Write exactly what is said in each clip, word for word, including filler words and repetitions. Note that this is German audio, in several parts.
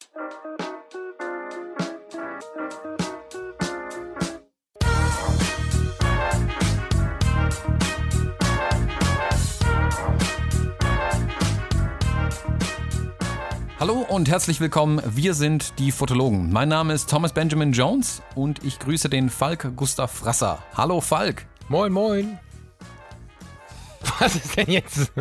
Hallo und herzlich willkommen, wir sind die Fotologen. Mein Name ist Thomas Benjamin Jones und ich grüße den Falk Gustav Rasser. Hallo Falk. Moin, moin. Was ist denn jetzt?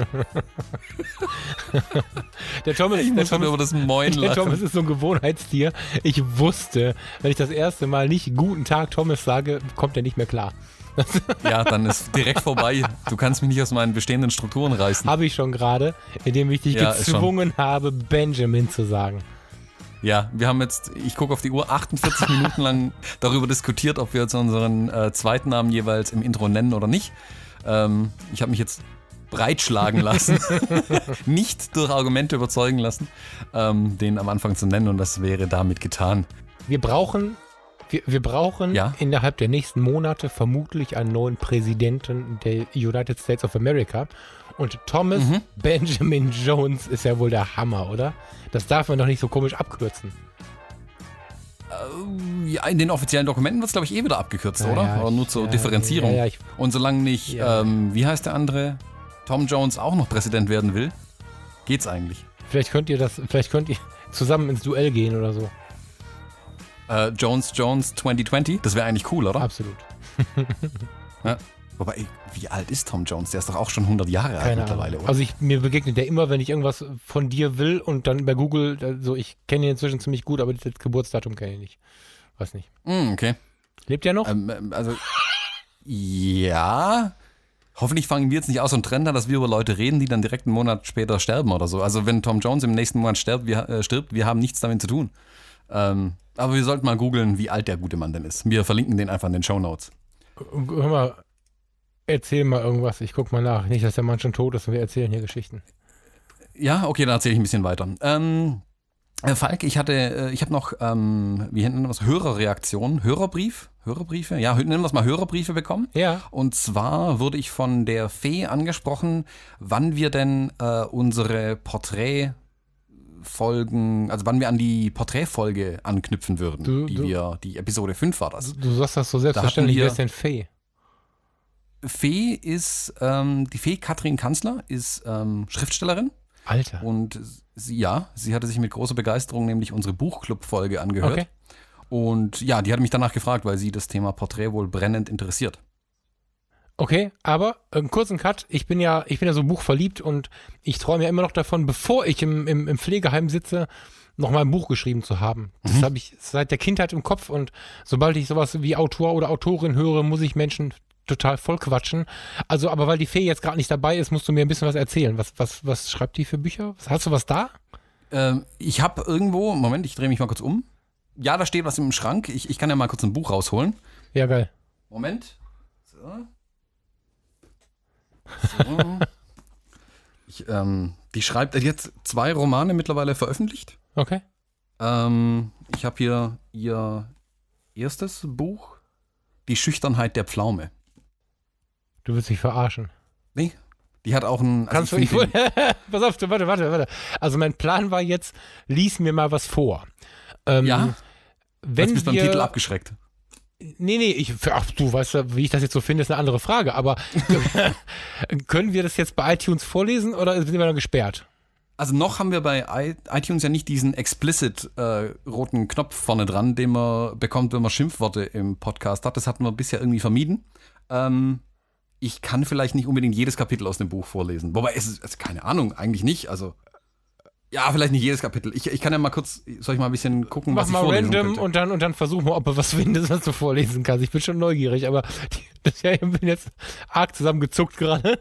Der Thomas, ich der muss schon über das Moin lachen. Der Thomas ist so ein Gewohnheitstier. Ich wusste, wenn ich das erste Mal nicht Guten Tag Thomas sage, kommt er nicht mehr klar. Ja, dann ist direkt vorbei. Du kannst mich nicht aus meinen bestehenden Strukturen reißen. Habe ich schon gerade, indem ich dich ja, gezwungen habe, Benjamin zu sagen. Ja, wir haben jetzt, ich gucke auf die Uhr, achtundvierzig Minuten lang darüber diskutiert, ob wir jetzt unseren äh, zweiten Namen jeweils im Intro nennen oder nicht. Ähm, ich habe mich jetzt breitschlagen lassen, nicht durch Argumente überzeugen lassen, ähm, den am Anfang zu nennen, und das wäre damit getan. Wir brauchen... Wir, wir brauchen ja? innerhalb der nächsten Monate vermutlich einen neuen Präsidenten der United States of America. Und Thomas mhm. Benjamin Jones ist ja wohl der Hammer, oder? Das darf man doch nicht so komisch abkürzen. Äh, ja, in den offiziellen Dokumenten wird es, glaube ich, eh wieder abgekürzt, ja, oder? Ja, oder nur ich, zur ja, Differenzierung. Ja, ja, ich, Und solange nicht, ja. ähm, wie heißt der andere, Tom Jones auch noch Präsident werden will, geht's eigentlich. Vielleicht könnt ihr das, vielleicht könnt ihr zusammen ins Duell gehen oder so. Uh, Jones Jones zwanzig zwanzig, das wäre eigentlich cool, oder? Absolut. Ja. Wobei, wie alt ist Tom Jones? Der ist doch auch schon hundert Jahre alt mittlerweile, oder? Also ich, mir begegnet der immer, wenn ich irgendwas von dir will und dann bei Google, also ich kenne ihn inzwischen ziemlich gut, aber das Geburtsdatum kenne ich nicht. Weiß nicht. Mm, okay. Lebt er noch? Ähm, also, ja. Hoffentlich fangen wir jetzt nicht aus so einen Trend an, dass wir über Leute reden, die dann direkt einen Monat später sterben oder so. Also wenn Tom Jones im nächsten Monat stirbt, wir, äh, stirbt, wir haben nichts damit zu tun. Ähm, aber wir sollten mal googeln, wie alt der gute Mann denn ist. Wir verlinken den einfach in den Shownotes. Hör mal, erzähl mal irgendwas. Ich guck mal nach. Nicht, dass der Mann schon tot ist und wir erzählen hier Geschichten. Ja, okay, dann erzähle ich ein bisschen weiter. Ähm, Falk, ich hatte, ich habe noch, ähm, wie nennen wir das, Hörerreaktionen, Hörerbrief, Hörerbriefe, ja, nennen wir es mal Hörerbriefe bekommen. Ja. Und zwar wurde ich von der Fee angesprochen, wann wir denn äh, unsere Porträt Folgen, also wann wir an die Porträtfolge anknüpfen würden, du, die du, wir, die Episode fünf war das. Du, du sagst das so selbstverständlich, wer ist denn Fee? Fee ist, ähm, die Fee Katrin Kanzler ist ähm, Schriftstellerin. Alter. Und sie, ja, sie hatte sich mit großer Begeisterung nämlich unsere Buchclub-Folge angehört. Okay. Und ja, die hat mich danach gefragt, weil sie das Thema Porträt wohl brennend interessiert. Okay, aber einen kurzen Cut. Ich bin ja, ich bin ja so buchverliebt und ich träume ja immer noch davon, bevor ich im, im, im Pflegeheim sitze, noch mal ein Buch geschrieben zu haben. Das Mhm. habe ich seit der Kindheit im Kopf, und sobald ich sowas wie Autor oder Autorin höre, muss ich Menschen total voll quatschen. Also, aber weil die Fee jetzt gerade nicht dabei ist, musst du mir ein bisschen was erzählen. Was, was, was schreibt die für Bücher? Hast du was da? Ähm, ich habe irgendwo, Moment, ich drehe mich mal kurz um. Ja, da steht was im Schrank. Ich, ich kann ja mal kurz ein Buch rausholen. Ja, geil. Moment. So. So. Ich, ähm, die schreibt, die hat zwei Romane mittlerweile veröffentlicht. Okay. Ähm, ich habe hier ihr erstes Buch, Die Schüchternheit der Pflaume. Du willst mich verarschen. Nee, die hat auch ein... Kannst also du, ich, pass auf, warte, warte, warte. Also mein Plan war jetzt, lies mir mal was vor. Ähm, ja? Wenn du bist wir, beim Titel abgeschreckt. Nee, nee, ich, ach, du weißt ja, wie ich das jetzt so finde, ist eine andere Frage, aber können wir das jetzt bei iTunes vorlesen oder sind wir dann gesperrt? Also noch haben wir bei iTunes ja nicht diesen explicit äh, roten Knopf vorne dran, den man bekommt, wenn man Schimpfworte im Podcast hat. Das hatten wir bisher irgendwie vermieden. Ähm, ich kann vielleicht nicht unbedingt jedes Kapitel aus dem Buch vorlesen. Wobei, es ist, also keine Ahnung, eigentlich nicht. Also ja, vielleicht nicht jedes Kapitel. Ich, ich kann ja mal kurz, soll ich mal ein bisschen gucken, Mach was ich mal vorlesen random könnte. und dann, und dann versuchen wir, ob du was findest, was du vorlesen kannst. Ich bin schon neugierig, aber die, das, ja, ich bin jetzt arg zusammengezuckt gerade.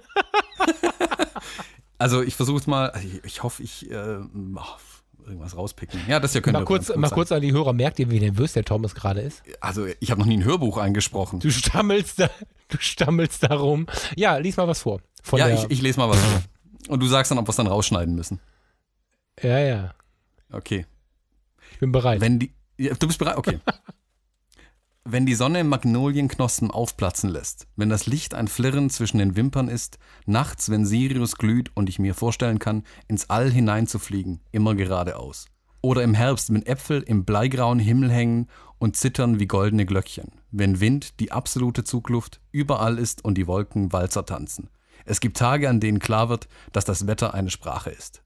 Also ich versuche es mal, also ich, ich hoffe, ich äh, oh, irgendwas rauspicken. Ja, das hier könnte mal kurz, mal kurz an die Hörer, merkt ihr, wie nervös der Thomas gerade ist? Also ich habe noch nie ein Hörbuch eingesprochen. Du stammelst da, du stammelst da rum. Ja, lies mal was vor. Von ja, der, ich, ich lese mal was vor. Und du sagst dann, ob wir es dann rausschneiden müssen. Ja, ja. Okay. Ich bin bereit. Wenn die, ja, du bist bereit? Okay. Wenn die Sonne Magnolienknospen aufplatzen lässt, wenn das Licht ein Flirren zwischen den Wimpern ist, nachts, wenn Sirius glüht und ich mir vorstellen kann, ins All hineinzufliegen, immer geradeaus. Oder im Herbst, wenn Äpfel im bleigrauen Himmel hängen und zittern wie goldene Glöckchen. Wenn Wind, die absolute Zugluft, überall ist und die Wolken Walzer tanzen. Es gibt Tage, an denen klar wird, dass das Wetter eine Sprache ist.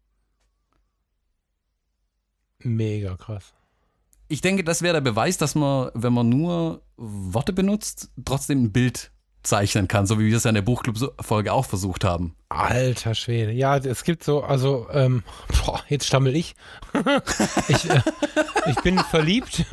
Mega krass. Ich denke, das wäre der Beweis, dass man, wenn man nur Worte benutzt, trotzdem ein Bild zeichnen kann, so wie wir es ja in der Buchclub-Folge auch versucht haben. Alter Schwede. Ja, es gibt so, also, ähm, boah, jetzt stammel ich. ich, äh, ich bin verliebt.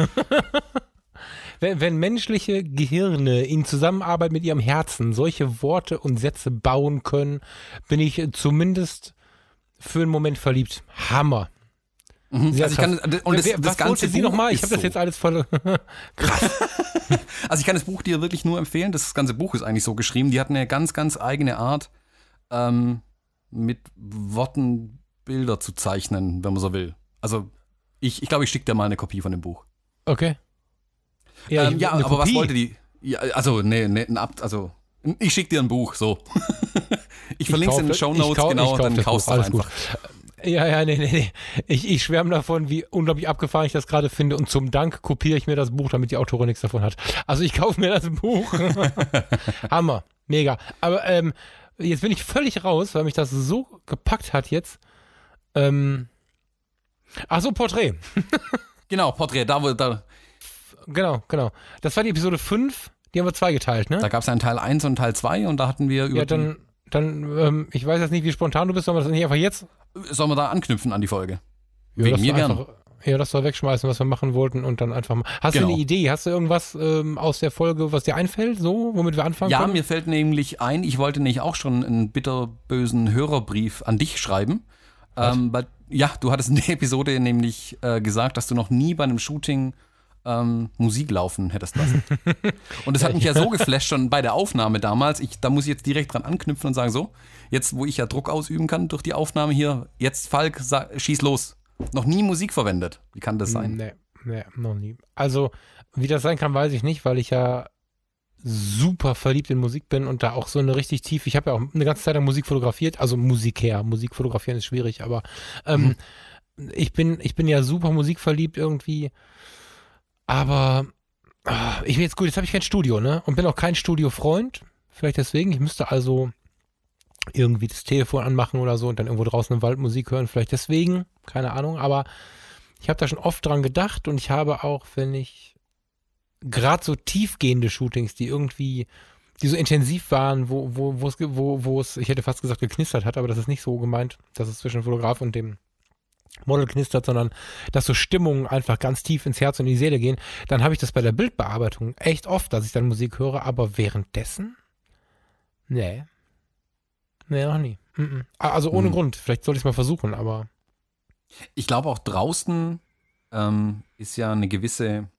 wenn, wenn menschliche Gehirne in Zusammenarbeit mit ihrem Herzen solche Worte und Sätze bauen können, bin ich zumindest für einen Moment verliebt. Hammer. Mhm. Also ich kann, und das, Wer, das was ganze wollte sie Buch nochmal? Ich ist habe das so. jetzt alles voll krass. Also ich kann das Buch dir wirklich nur empfehlen. Das ganze Buch ist eigentlich so geschrieben. Die hatten eine ganz, ganz eigene Art, ähm, mit Worten Bilder zu zeichnen, wenn man so will. Also ich, ich glaube, ich schicke dir mal eine Kopie von dem Buch. Okay. Ja, ähm, ja aber Kopie. Was wollte die? Ja, also, nee, nee, ein Abt, also ich schicke dir ein Buch, so. ich verlinke es in den Shownotes, genau, und dann kaufst du es einfach. Gut. Ja, ja, nee, nee, nee. Ich, ich schwärme davon, wie unglaublich abgefahren ich das gerade finde. Und zum Dank kopiere ich mir das Buch, damit die Autorin nichts davon hat. Also ich kaufe mir das Buch. Hammer. Mega. Aber ähm, jetzt bin ich völlig raus, weil mich das so gepackt hat jetzt. Ähm, ach so, Porträt. Genau, Porträt. Da, wo, da. Genau, genau. Das war die Episode fünf. Die haben wir zweigeteilt, ne? Da gab es einen Teil eins und Teil zwei und da hatten wir über... Ja, dann, dann ähm, ich weiß jetzt nicht, wie spontan du bist, sollen wir das nicht einfach jetzt... Sollen wir da anknüpfen an die Folge? Ja, Wegen mir gerne. Ja, das soll wegschmeißen, was wir machen wollten und dann einfach mal. Hast genau. du eine Idee? Hast du irgendwas ähm, aus der Folge, was dir einfällt, so, womit wir anfangen Ja, können? mir fällt nämlich ein, ich wollte nämlich auch schon einen bitterbösen Hörerbrief an dich schreiben. Ähm, weil, ja, du hattest in der Episode nämlich äh, gesagt, dass du noch nie bei einem Shooting ähm, Musik laufen hättest lassen. Und das hat mich ja so geflasht schon bei der Aufnahme damals. Ich, da muss ich jetzt direkt dran anknüpfen und sagen, so, jetzt, wo ich ja Druck ausüben kann durch die Aufnahme hier, jetzt Falk, sag, schieß los. Noch nie Musik verwendet. Wie kann das sein? Nee, nee, noch nie. Also, wie das sein kann, weiß ich nicht, weil ich ja super verliebt in Musik bin und da auch so eine richtig tief, ich habe ja auch eine ganze Zeit lang Musik fotografiert, also Musiker, Musik fotografieren ist schwierig, aber ähm, mhm. ich bin, ich bin ja super musikverliebt irgendwie, aber ich bin jetzt gut, jetzt habe ich kein Studio, ne? Und bin auch kein Studiofreund, vielleicht deswegen, ich müsste also irgendwie das Telefon anmachen oder so und dann irgendwo draußen im Wald Musik hören, vielleicht deswegen, keine Ahnung, aber ich habe da schon oft dran gedacht und ich habe auch, wenn ich gerade so tiefgehende Shootings, die irgendwie, die so intensiv waren, wo, wo, wo es, wo, wo es, ich hätte fast gesagt, geknistert hat, aber das ist nicht so gemeint, dass es zwischen Fotograf und dem Model knistert, sondern dass so Stimmungen einfach ganz tief ins Herz und in die Seele gehen, dann habe ich das bei der Bildbearbeitung echt oft, dass ich dann Musik höre, aber währenddessen, nee, nee, noch nie. Mm-mm. Also ohne mhm. Grund, vielleicht sollte ich es mal versuchen, aber ich glaube auch draußen ähm, ist ja eine gewisse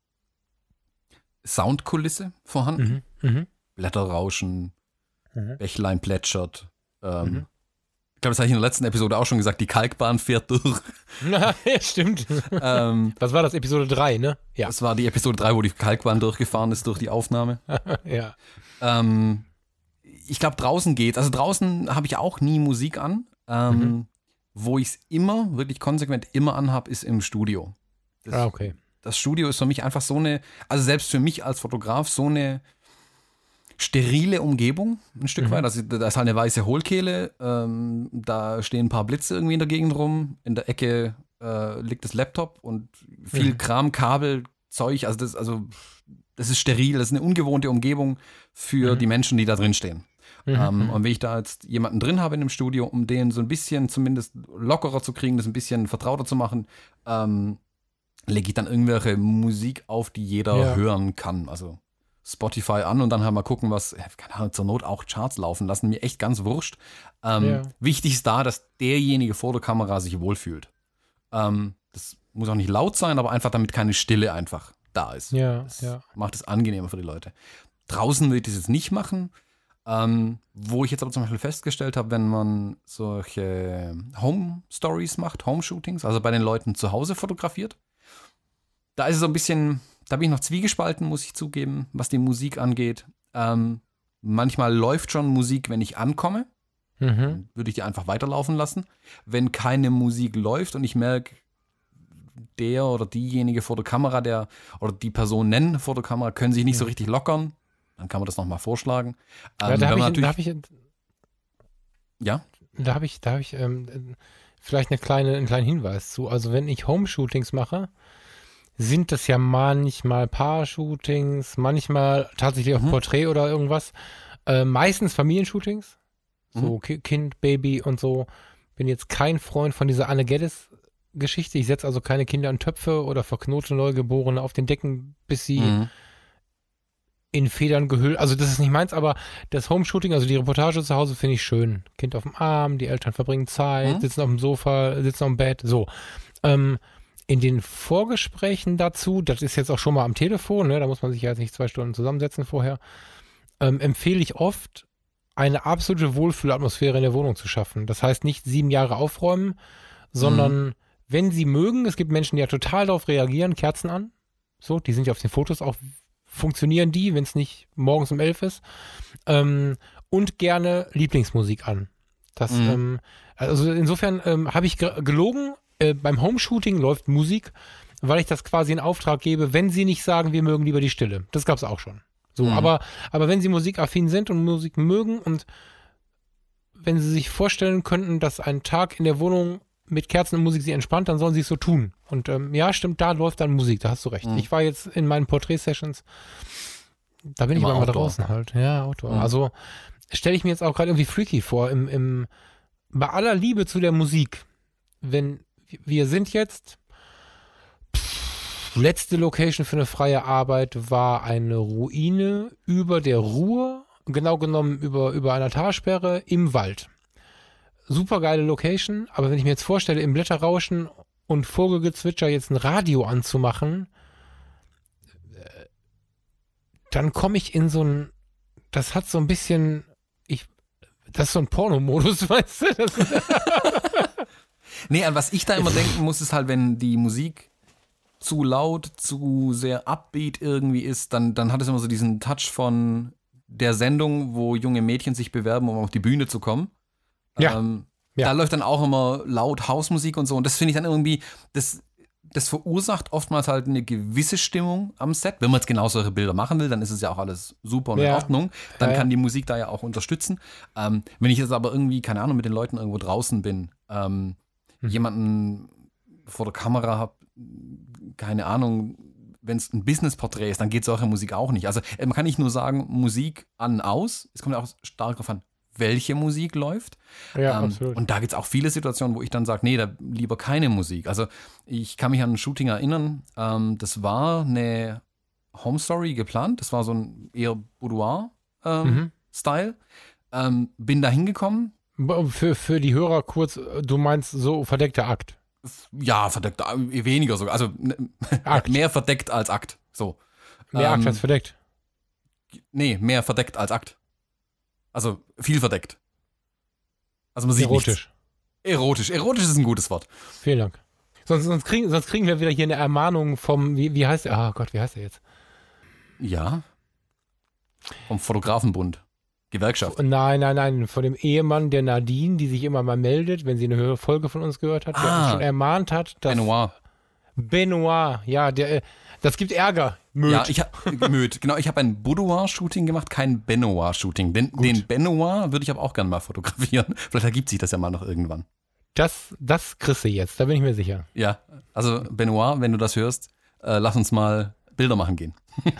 Soundkulisse vorhanden. Mhm, mh. Blätter rauschen, mhm. Bächlein plätschert. Ähm, mhm. Ich glaube, das habe ich in der letzten Episode auch schon gesagt, die Kalkbahn fährt durch. Ja, stimmt. ähm, das war das Episode drei, ne? Ja. Das war die Episode drei, wo die Kalkbahn durchgefahren ist durch die Aufnahme. Ja. Ähm, ich glaube, draußen geht. Also draußen habe ich auch nie Musik an. Ähm, mhm. Wo ich es immer, wirklich konsequent immer anhab, ist im Studio. Das, ah, okay. Das Studio ist für mich einfach so eine, also selbst für mich als Fotograf, so eine sterile Umgebung, ein Stück mhm. weit. Also, da ist halt eine weiße Hohlkehle, ähm, da stehen ein paar Blitze irgendwie in der Gegend rum, in der Ecke äh, liegt das Laptop und viel mhm. Kram, Kabel, Zeug, also das, also das ist steril, das ist eine ungewohnte Umgebung für mhm. die Menschen, die da drin stehen. Mhm. Ähm, und wenn ich da jetzt jemanden drin habe in dem Studio, um den so ein bisschen zumindest lockerer zu kriegen, das ein bisschen vertrauter zu machen, ähm, lege ich dann irgendwelche Musik auf, die jeder ja. hören kann. Also Spotify an und dann halt mal gucken, was, keine Ahnung, zur Not auch Charts laufen lassen. Mir echt ganz wurscht. Ähm, ja. Wichtig ist da, dass derjenige vor der Kamera sich wohlfühlt. Ähm, das muss auch nicht laut sein, aber einfach, damit keine Stille einfach da ist. Ja, das ja. macht es angenehmer für die Leute. Draußen würde ich das jetzt nicht machen. Ähm, wo ich jetzt aber zum Beispiel festgestellt habe, wenn man solche Home-Stories macht, Home-Shootings, also bei den Leuten zu Hause fotografiert, da ist es so ein bisschen, da bin ich noch zwiegespalten, muss ich zugeben, was die Musik angeht. Ähm, manchmal läuft schon Musik, wenn ich ankomme, mhm. dann würde ich die einfach weiterlaufen lassen. Wenn keine Musik läuft und ich merke, der oder diejenige vor der Kamera, der oder die Personen vor der Kamera können sich nicht so richtig lockern. Dann kann man das nochmal vorschlagen. Ja, ähm, da habe ich, da hab ich, ja? Da habe ich, da habe ich ähm, vielleicht eine kleine, einen kleinen Hinweis zu. Also wenn ich Home-Shootings mache, sind das ja manchmal Paar-Shootings, manchmal tatsächlich auch mhm. Porträt oder irgendwas. Äh, meistens Familienshootings. So mhm. Ki- Kind, Baby und so. Bin jetzt kein Freund von dieser Anne Geddes-Geschichte. Ich setze also keine Kinder in Töpfe oder verknote Neugeborene auf den Decken, bis sie mhm. in Federn gehüllt. Also das ist nicht meins, aber das Home-Shooting, also die Reportage zu Hause finde ich schön. Kind auf dem Arm, die Eltern verbringen Zeit, mhm. sitzen auf dem Sofa, sitzen auf dem Bett, so. Ähm, in den Vorgesprächen dazu, das ist jetzt auch schon mal am Telefon, ne, da muss man sich ja jetzt nicht zwei Stunden zusammensetzen vorher, ähm, empfehle ich oft, eine absolute Wohlfühlatmosphäre in der Wohnung zu schaffen. Das heißt nicht sieben Jahre aufräumen, sondern mhm. wenn sie mögen, es gibt Menschen, die ja total darauf reagieren, Kerzen an, so, die sind ja auf den Fotos auch, funktionieren die, wenn es nicht morgens um elf ist, ähm, und gerne Lieblingsmusik an. Das, mhm. ähm, also insofern ähm, habe ich ge- gelogen, äh, beim Home-Shooting läuft Musik, weil ich das quasi in Auftrag gebe, wenn sie nicht sagen, wir mögen lieber die Stille. Das gab es auch schon. So, mhm. aber, aber wenn sie musikaffin sind und Musik mögen und wenn sie sich vorstellen könnten, dass ein Tag in der Wohnung mit Kerzen und Musik sie entspannt, dann sollen sie es so tun. Und ähm, ja, stimmt, da läuft dann Musik, da hast du recht. Mhm. Ich war jetzt in meinen Porträt-Sessions, da bin Immer ich mal draußen halt. Ja, Outdoor. Mhm. Also stelle ich mir jetzt auch gerade irgendwie freaky vor, im, im, bei aller Liebe zu der Musik, wenn wir sind jetzt letzte Location für eine freie Arbeit war eine Ruine über der Ruhr, genau genommen über, über einer Talsperre im Wald. Super geile Location, aber wenn ich mir jetzt vorstelle, im Blätterrauschen und Vogelgezwitscher jetzt ein Radio anzumachen, dann komme ich in so ein, das hat so ein bisschen, ich, das ist so ein Pornomodus, weißt du? Das nee, an was ich da immer denken muss, ist halt, wenn die Musik zu laut, zu sehr upbeat irgendwie ist, dann, dann hat es immer so diesen Touch von der Sendung, wo junge Mädchen sich bewerben, um auf die Bühne zu kommen. Ja. Ähm, ja. Da läuft dann auch immer laut Hausmusik und so. Und das finde ich dann irgendwie, das, das verursacht oftmals halt eine gewisse Stimmung am Set. Wenn man jetzt genau solche Bilder machen will, dann ist es ja auch alles super und ja. in Ordnung. Dann ja, ja. kann die Musik da ja auch unterstützen. Ähm, wenn ich jetzt aber irgendwie, keine Ahnung, mit den Leuten irgendwo draußen bin, ähm, hm. jemanden vor der Kamera habe, keine Ahnung, wenn es ein Business-Porträt ist, dann geht solche Musik auch nicht. Also man kann nicht nur sagen, Musik an, aus. Es kommt auch stark darauf an, welche Musik läuft. Ja, ähm, absolut. Und da gibt es auch viele Situationen, wo ich dann sage, nee, da lieber keine Musik. Also ich kann mich an ein Shooting erinnern, ähm, das war eine Home-Story geplant, das war so ein eher Boudoir-Style. Ähm, mhm. ähm, bin da hingekommen. Für, für die Hörer kurz, du meinst so verdeckter Akt? Ja, verdeckt, weniger sogar. Also Akt. Mehr verdeckt als Akt. So. Mehr ähm, Akt als verdeckt? Nee, mehr verdeckt als Akt. Also viel verdeckt. Also man sieht Erotisch. Nichts. Erotisch. Erotisch ist ein gutes Wort. Vielen Dank. Sonst, sonst, kriegen, sonst kriegen wir wieder hier eine Ermahnung vom, wie, wie heißt er? Ah Gott, wie heißt er jetzt? Ja. Vom Fotografenbund. Gewerkschaft. Nein, nein, nein, von dem Ehemann der Nadine, die sich immer mal meldet, wenn sie eine höhere Folge von uns gehört hat, ah, der uns schon ermahnt hat, dass Benoit. Benoit, ja, der, das gibt Ärger. Möd. Ja, ich habe Möd, genau, ich habe ein Boudoir-Shooting gemacht, kein Benoit-Shooting. Den, den Benoit würde ich aber auch gerne mal fotografieren. Vielleicht ergibt sich das ja mal noch irgendwann. Das, das kriegst du jetzt, da bin ich mir sicher. Ja, also Benoit, wenn du das hörst, äh, lass uns mal Bilder machen gehen.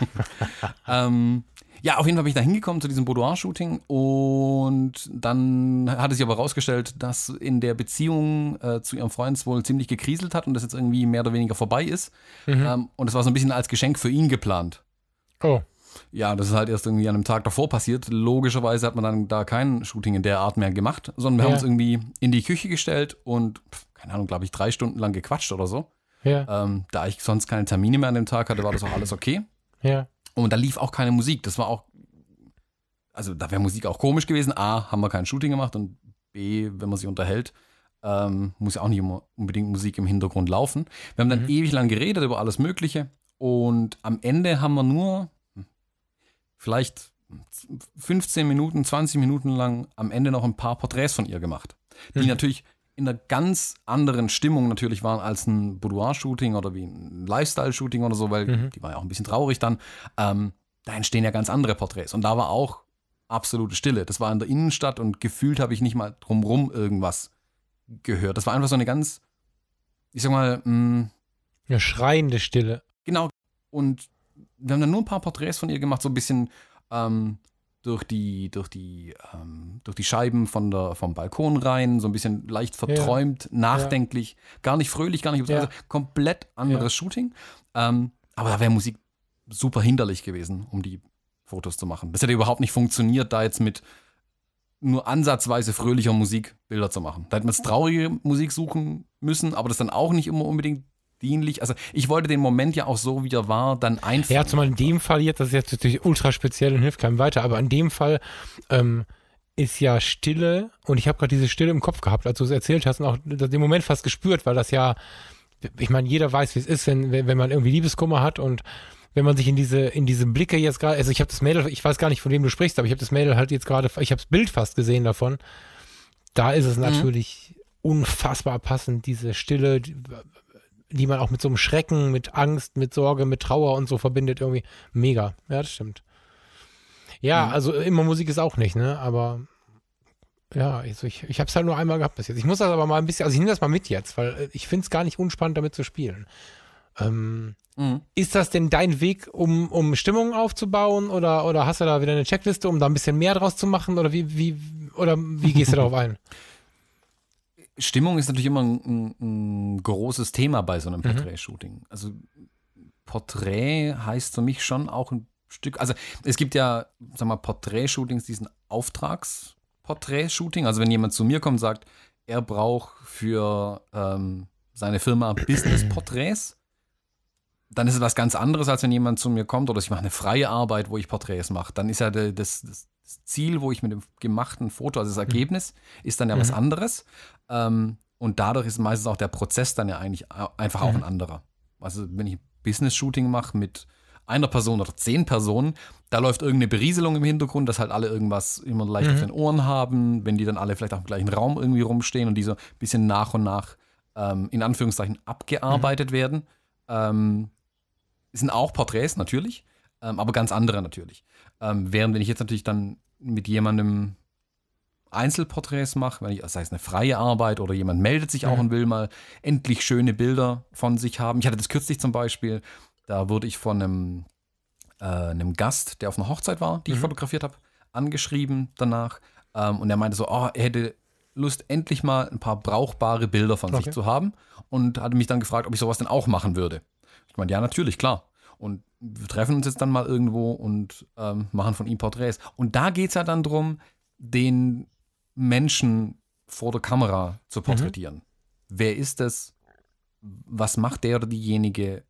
ähm, Ja, auf jeden Fall bin ich da hingekommen zu diesem Boudoir-Shooting und dann hat es sich aber rausgestellt, dass in der Beziehung äh, zu ihrem Freund es wohl ziemlich gekriselt hat und das jetzt irgendwie mehr oder weniger vorbei ist. Mhm. Ähm, und es war so ein bisschen als Geschenk für ihn geplant. Oh. Ja, das ist halt erst irgendwie an einem Tag davor passiert. Logischerweise hat man dann da kein Shooting in der Art mehr gemacht, sondern wir ja. haben uns irgendwie in die Küche gestellt und, keine Ahnung, glaube ich, drei Stunden lang gequatscht oder so. Ja. Ähm, da ich sonst keine Termine mehr an dem Tag hatte, war das auch alles okay. Ja. Und da lief auch keine Musik. Das war auch, also da wäre Musik auch komisch gewesen. A, haben wir kein Shooting gemacht und B, wenn man sich unterhält, ähm, muss ja auch nicht immer unbedingt Musik im Hintergrund laufen. Wir haben dann mhm. ewig lang geredet über alles Mögliche und am Ende haben wir nur vielleicht fünfzehn Minuten, zwanzig Minuten lang am Ende noch ein paar Porträts von ihr gemacht, die mhm. natürlich in einer ganz anderen Stimmung natürlich waren als ein Boudoir-Shooting oder wie ein Lifestyle-Shooting oder so, weil mhm. die war ja auch ein bisschen traurig dann. Ähm, da entstehen ja ganz andere Porträts. Und da war auch absolute Stille. Das war in der Innenstadt und gefühlt habe ich nicht mal drumrum irgendwas gehört. Das war einfach so eine ganz, ich sag mal, mh, eine schreiende Stille. Genau. Und wir haben dann nur ein paar Porträts von ihr gemacht, so ein bisschen ähm, durch die, durch die, ähm, durch die Scheiben von der, vom Balkon rein, so ein bisschen leicht verträumt, ja. nachdenklich, ja. gar nicht fröhlich, gar nicht, ja. also komplett anderes ja. Shooting. Ähm, aber da wäre Musik super hinderlich gewesen, um die Fotos zu machen. Das hätte überhaupt nicht funktioniert, da jetzt mit nur ansatzweise fröhlicher Musik Bilder zu machen. Da hätte man jetzt traurige Musik suchen müssen, aber das dann auch nicht immer unbedingt dienlich. Also ich wollte den Moment ja auch so, wie er war, dann einfangen. Ja, zumal in dem Fall jetzt, das ist jetzt natürlich ultra speziell und hilft keinem weiter, aber in dem Fall ähm, ist ja Stille und ich habe gerade diese Stille im Kopf gehabt, als du es erzählt hast und auch den Moment fast gespürt, weil das ja, ich meine, jeder weiß, wie es ist, wenn, wenn man irgendwie Liebeskummer hat und wenn man sich in diese in diese Blicke jetzt gerade, also ich habe das Mädel, ich weiß gar nicht, von wem du sprichst, aber ich habe das Mädel halt jetzt gerade, ich habe das Bild fast gesehen davon, da ist es mhm. natürlich unfassbar passend, diese Stille, die, die man auch mit so einem Schrecken, mit Angst, mit Sorge, mit Trauer und so verbindet, irgendwie mega. Ja, das stimmt. Ja, mhm. also immer Musik ist auch nicht, ne, aber ja, also ich, ich habe es halt nur einmal gehabt bis jetzt. Ich muss das aber mal ein bisschen, also ich nehme das mal mit jetzt, weil ich finde es gar nicht unspannend, damit zu spielen. Ähm, mhm. Ist das denn dein Weg, um, um Stimmung aufzubauen oder, oder hast du da wieder eine Checkliste, um da ein bisschen mehr draus zu machen oder wie, wie, oder wie gehst du darauf ein? Stimmung ist natürlich immer ein, ein großes Thema bei so einem Porträt-Shooting. Mhm. Also Porträt heißt für mich schon auch ein Stück, also es gibt ja, sag mal, Porträt-Shootings, diesen Auftrags-Porträt-Shooting. Also wenn jemand zu mir kommt und sagt, er braucht für ähm, seine Firma Business-Porträts, dann ist es was ganz anderes, als wenn jemand zu mir kommt oder ich mache eine freie Arbeit, wo ich Porträts mache. Dann ist ja das, das, das Ziel, wo ich mit dem gemachten Foto, also das Ergebnis, ist dann ja mhm. was anderes. Ähm, und dadurch ist meistens auch der Prozess dann ja eigentlich einfach mhm. auch ein anderer. Also wenn ich ein Business-Shooting mache mit einer Person oder zehn Personen, da läuft irgendeine Berieselung im Hintergrund, dass halt alle irgendwas immer leicht mhm. auf den Ohren haben, wenn die dann alle vielleicht auch im gleichen Raum irgendwie rumstehen und die so ein bisschen nach und nach ähm, in Anführungszeichen abgearbeitet mhm. werden. Ähm, sind auch Porträts natürlich, ähm, aber ganz andere natürlich. Ähm, während wenn ich jetzt natürlich dann mit jemandem Einzelporträts mache, wenn ich, sei es eine freie Arbeit oder jemand meldet sich auch mhm. und will mal endlich schöne Bilder von sich haben. Ich hatte das kürzlich zum Beispiel, da wurde ich von einem, äh, einem Gast, der auf einer Hochzeit war, die mhm. ich fotografiert habe, angeschrieben danach. Ähm, und er meinte so, oh, er hätte Lust, endlich mal ein paar brauchbare Bilder von okay. sich zu haben und hatte mich dann gefragt, ob ich sowas denn auch machen würde. Ich meine, ja, natürlich, klar. Und wir treffen uns jetzt dann mal irgendwo und ähm, machen von ihm Porträts. Und da geht es ja dann darum, den Menschen vor der Kamera zu porträtieren. Mhm. Wer ist das? Was macht der oder diejenige?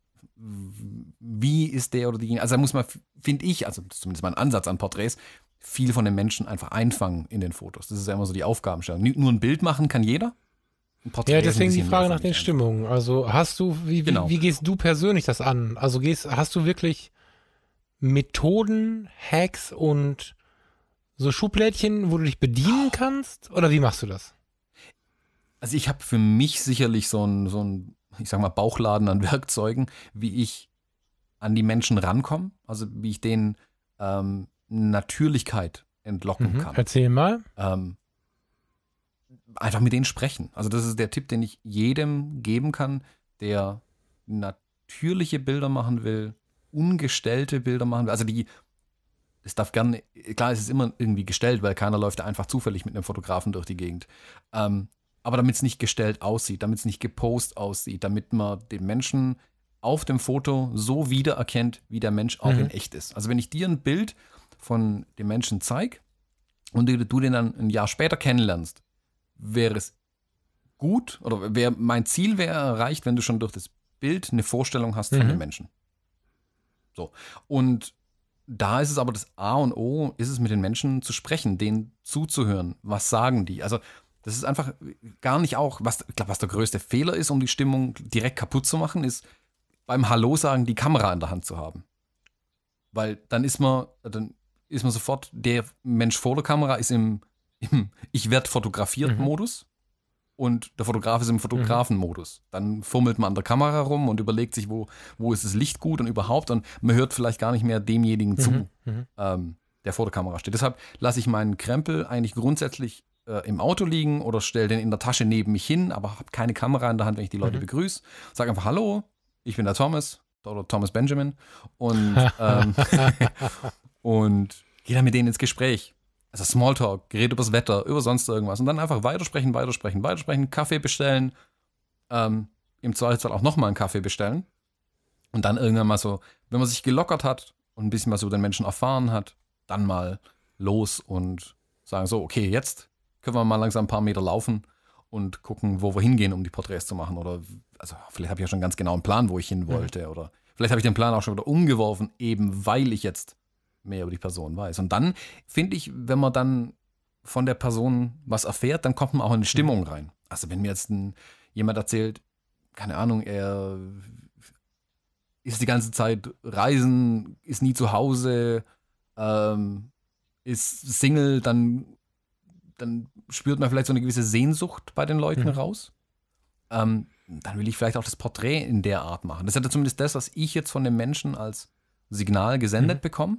Wie ist der oder diejenige? Also da muss man, finde ich, also das ist zumindest mein Ansatz an Porträts, viel von den Menschen einfach einfangen in den Fotos. Das ist ja immer so die Aufgabenstellung. Nur ein Bild machen kann jeder. Ja, deswegen die Frage nach den Stimmungen. Also hast du, wie, genau. wie, wie gehst du persönlich das an? Also gehst, hast du wirklich Methoden, Hacks und so Schublädchen, wo du dich bedienen kannst? Oder wie machst du das? Also ich habe für mich sicherlich so ein, so ein, ich sag mal, Bauchladen an Werkzeugen, wie ich an die Menschen rankomme. Also wie ich denen ähm, Natürlichkeit entlocken mhm. kann. Erzähl mal. Ähm, Einfach mit denen sprechen. Also das ist der Tipp, den ich jedem geben kann, der natürliche Bilder machen will, ungestellte Bilder machen will. Also die, es darf gerne, klar, es ist immer irgendwie gestellt, weil keiner läuft da einfach zufällig mit einem Fotografen durch die Gegend. Ähm, aber damit es nicht gestellt aussieht, damit es nicht gepost aussieht, damit man den Menschen auf dem Foto so wiedererkennt, wie der Mensch auch mhm. in echt ist. Also wenn ich dir ein Bild von dem Menschen zeige und du, du den dann ein Jahr später kennenlernst, wäre es gut, oder wär, mein Ziel wäre erreicht, wenn du schon durch das Bild eine Vorstellung hast von mhm. dem Menschen. So. Und da ist es aber das A und O, ist es mit den Menschen zu sprechen, denen zuzuhören. Was sagen die? Also das ist einfach gar nicht auch, was, ich glaube, was der größte Fehler ist, um die Stimmung direkt kaputt zu machen, ist beim Hallo sagen die Kamera in der Hand zu haben. Weil dann ist man, dann ist man sofort, der Mensch vor der Kamera ist im, im Ich werde fotografiert mhm. Modus und der Fotograf ist im Fotografenmodus. Dann fummelt man an der Kamera rum und überlegt sich, wo, wo ist das Licht gut und überhaupt. Und man hört vielleicht gar nicht mehr demjenigen zu, mhm. ähm, der vor der Kamera steht. Deshalb lasse ich meinen Krempel eigentlich grundsätzlich äh, im Auto liegen oder stelle den in der Tasche neben mich hin, aber habe keine Kamera in der Hand, wenn ich die Leute mhm. begrüße. Sage einfach, hallo, ich bin der Thomas oder Thomas Benjamin und, ähm, und gehe dann mit denen ins Gespräch. Also Smalltalk, rede über das Wetter, über sonst irgendwas und dann einfach weitersprechen, weitersprechen, weitersprechen, Kaffee bestellen, ähm, im Zweifelsfall auch nochmal einen Kaffee bestellen und dann irgendwann mal so, wenn man sich gelockert hat und ein bisschen was über den Menschen erfahren hat, dann mal los und sagen so, okay, jetzt können wir mal langsam ein paar Meter laufen und gucken, wo wir hingehen, um die Porträts zu machen oder, also vielleicht habe ich ja schon ganz genau einen Plan, wo ich hin wollte mhm. oder vielleicht habe ich den Plan auch schon wieder umgeworfen, eben weil ich jetzt mehr über die Person weiß. Und dann finde ich, wenn man dann von der Person was erfährt, dann kommt man auch in eine Stimmung rein. Also wenn mir jetzt ein, jemand erzählt, keine Ahnung, er ist die ganze Zeit reisen, ist nie zu Hause, ähm, ist Single, dann, dann spürt man vielleicht so eine gewisse Sehnsucht bei den Leuten mhm. raus. Ähm, dann will ich vielleicht auch das Porträt in der Art machen. Das ist ja zumindest das, was ich jetzt von dem Menschen als Signal gesendet mhm. bekomme.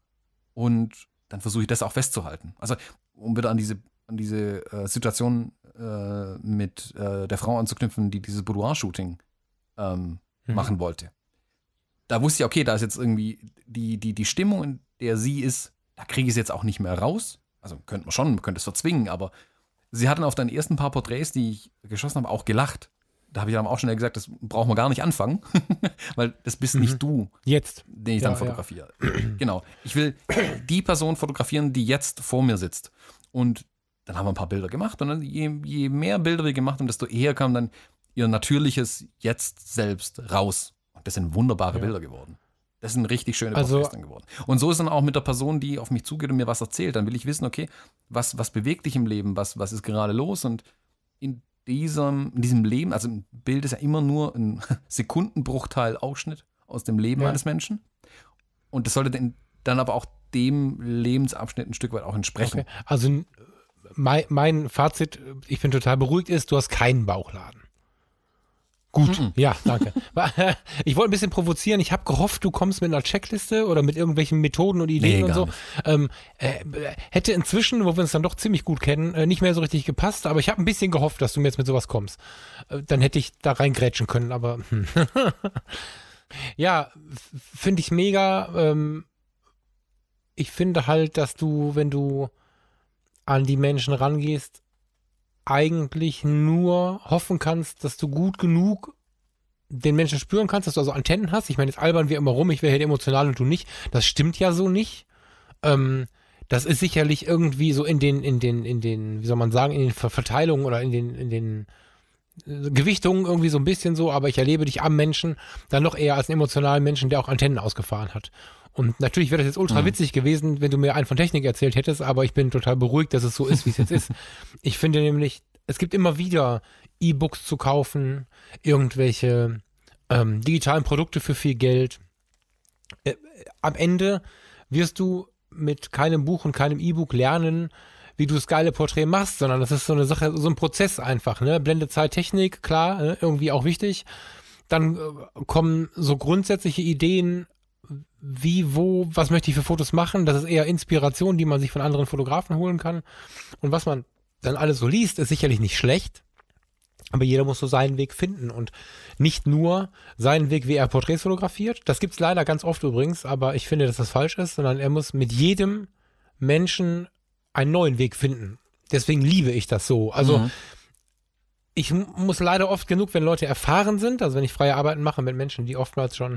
Und dann versuche ich das auch festzuhalten. Also, um wieder an diese, an diese äh, Situation äh, mit äh, der Frau anzuknüpfen, die dieses Boudoir-Shooting ähm, mhm. machen wollte. Da wusste ich, okay, da ist jetzt irgendwie die, die, die Stimmung, in der sie ist, da kriege ich es jetzt auch nicht mehr raus. Also, könnte man schon, man könnte es verzwingen, aber sie hat dann auf den ersten paar Porträts, die ich geschossen habe, auch gelacht. Da habe ich dann auch schnell gesagt, das brauchen wir gar nicht anfangen, weil das bist mhm. nicht du, jetzt, den ich dann ja, fotografiere. Ja. Genau. Ich will die Person fotografieren, die jetzt vor mir sitzt. Und dann haben wir ein paar Bilder gemacht. Und dann, je, je mehr Bilder wir gemacht haben, desto eher kam dann ihr natürliches Jetzt selbst raus. Und das sind wunderbare ja. Bilder geworden. Das sind richtig schöne also, Porträts dann geworden. Und so ist dann auch mit der Person, die auf mich zugeht und mir was erzählt. Dann will ich wissen, okay, was, was bewegt dich im Leben? Was, was ist gerade los? Und in Diesem, in diesem Leben, also ein Bild ist ja immer nur ein Sekundenbruchteil Ausschnitt aus dem Leben ja. eines Menschen. Und das sollte dann aber auch dem Lebensabschnitt ein Stück weit auch entsprechen. Okay. Also mein, mein Fazit, ich bin total beruhigt, ist, du hast keinen Bauchladen. Gut, mhm. ja, danke. Ich wollte ein bisschen provozieren. Ich habe gehofft, du kommst mit einer Checkliste oder mit irgendwelchen Methoden und Ideen nee, und so. Ähm, äh, hätte inzwischen, wo wir uns dann doch ziemlich gut kennen, äh, nicht mehr so richtig gepasst. Aber ich habe ein bisschen gehofft, dass du mir jetzt mit sowas kommst. Äh, dann hätte ich da reingrätschen können. Aber hm. ja, finde ich mega. Ähm, ich finde halt, dass du, wenn du an die Menschen rangehst, eigentlich nur hoffen kannst, dass du gut genug den Menschen spüren kannst, dass du also Antennen hast. Ich meine, jetzt albern wir immer rum, ich wäre halt emotional und du nicht. Das stimmt ja so nicht. Ähm, das ist sicherlich irgendwie so in den, in den, in den, wie soll man sagen, in den Verteilungen oder in den, in den Gewichtungen irgendwie so ein bisschen so, aber ich erlebe dich am Menschen dann noch eher als einen emotionalen Menschen, der auch Antennen ausgefahren hat. Und natürlich wäre das jetzt ultra witzig gewesen, wenn du mir einen von Technik erzählt hättest, aber ich bin total beruhigt, dass es so ist, wie es jetzt ist. Ich finde nämlich, es gibt immer wieder E-Books zu kaufen, irgendwelche ähm, digitalen Produkte für viel Geld. Äh, am Ende wirst du mit keinem Buch und keinem E-Book lernen, wie du das geile Porträt machst, sondern das ist so eine Sache, so ein Prozess einfach, ne? Blendezeit, Technik, klar, ne? Irgendwie auch wichtig. Dann äh, kommen so grundsätzliche Ideen, wie, wo, was möchte ich für Fotos machen. Das ist eher Inspiration, die man sich von anderen Fotografen holen kann. Und was man dann alles so liest, ist sicherlich nicht schlecht, aber jeder muss so seinen Weg finden und nicht nur seinen Weg, wie er Porträts fotografiert. Das gibt es leider ganz oft übrigens, aber ich finde, dass das falsch ist, sondern er muss mit jedem Menschen einen neuen Weg finden. Deswegen liebe ich das so. Also mhm. ich muss leider oft genug, wenn Leute erfahren sind, also wenn ich freie Arbeiten mache mit Menschen, die oftmals schon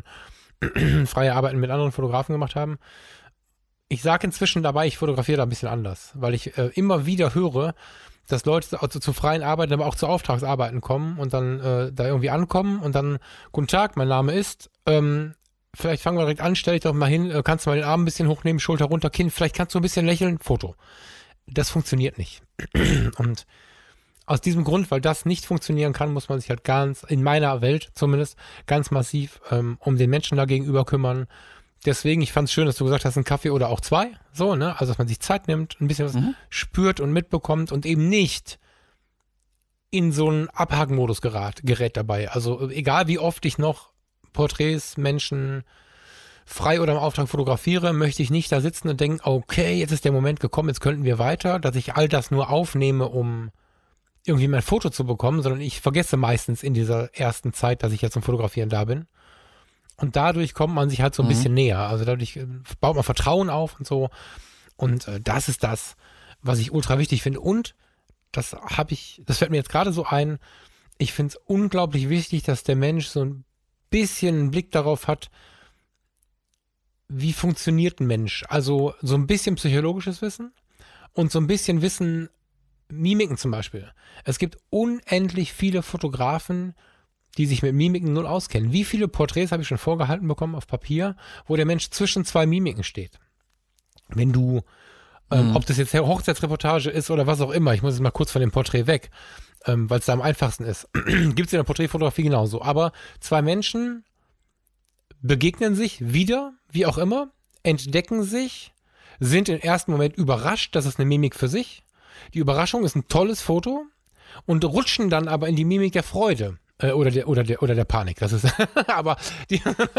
freie Arbeiten mit anderen Fotografen gemacht haben. Ich sage inzwischen dabei, ich fotografiere da ein bisschen anders, weil ich äh, immer wieder höre, dass Leute also zu freien Arbeiten, aber auch zu Auftragsarbeiten kommen und dann äh, da irgendwie ankommen und dann, guten Tag, mein Name ist, ähm, vielleicht fangen wir direkt an, stell dich doch mal hin, äh, kannst du mal den Arm ein bisschen hochnehmen, Schulter runter, Kinn, vielleicht kannst du ein bisschen lächeln, Foto. Das funktioniert nicht. Und aus diesem Grund, weil das nicht funktionieren kann, muss man sich halt ganz, in meiner Welt zumindest, ganz massiv ähm, um den Menschen da gegenüber kümmern. Deswegen, ich fand es schön, dass du gesagt hast, ein Kaffee oder auch zwei, so, ne? Also, dass man sich Zeit nimmt, ein bisschen was mhm. spürt und mitbekommt und eben nicht in so einen Abhakenmodus gerät, gerät dabei. Also egal wie oft ich noch Porträts, Menschen frei oder im Auftrag fotografiere, möchte ich nicht da sitzen und denken, okay, jetzt ist der Moment gekommen, jetzt könnten wir weiter, dass ich all das nur aufnehme, um irgendwie mein Foto zu bekommen, sondern ich vergesse meistens in dieser ersten Zeit, dass ich jetzt zum Fotografieren da bin. Und dadurch kommt man sich halt so ein mhm. bisschen näher. Also dadurch baut man Vertrauen auf und so. Und äh, das ist das, was ich ultra wichtig finde. Und das habe ich, das fällt mir jetzt gerade so ein, ich finde es unglaublich wichtig, dass der Mensch so ein bisschen einen Blick darauf hat, wie funktioniert ein Mensch. Also so ein bisschen psychologisches Wissen und so ein bisschen Wissen, Mimiken zum Beispiel. Es gibt unendlich viele Fotografen, die sich mit Mimiken null auskennen. Wie viele Porträts habe ich schon vorgehalten bekommen auf Papier, wo der Mensch zwischen zwei Mimiken steht? Wenn du, ähm, mhm. ob das jetzt eine Hochzeitsreportage ist oder was auch immer, ich muss jetzt mal kurz von dem Porträt weg, ähm, weil es da am einfachsten ist. Gibt es in der Porträtfotografie genauso. Aber zwei Menschen begegnen sich wieder, wie auch immer, entdecken sich, sind im ersten Moment überrascht, das ist eine Mimik für sich. Die Überraschung ist ein tolles Foto und rutschen dann aber in die Mimik der Freude. Oder der, oder der, oder der Panik, das ist, aber, die,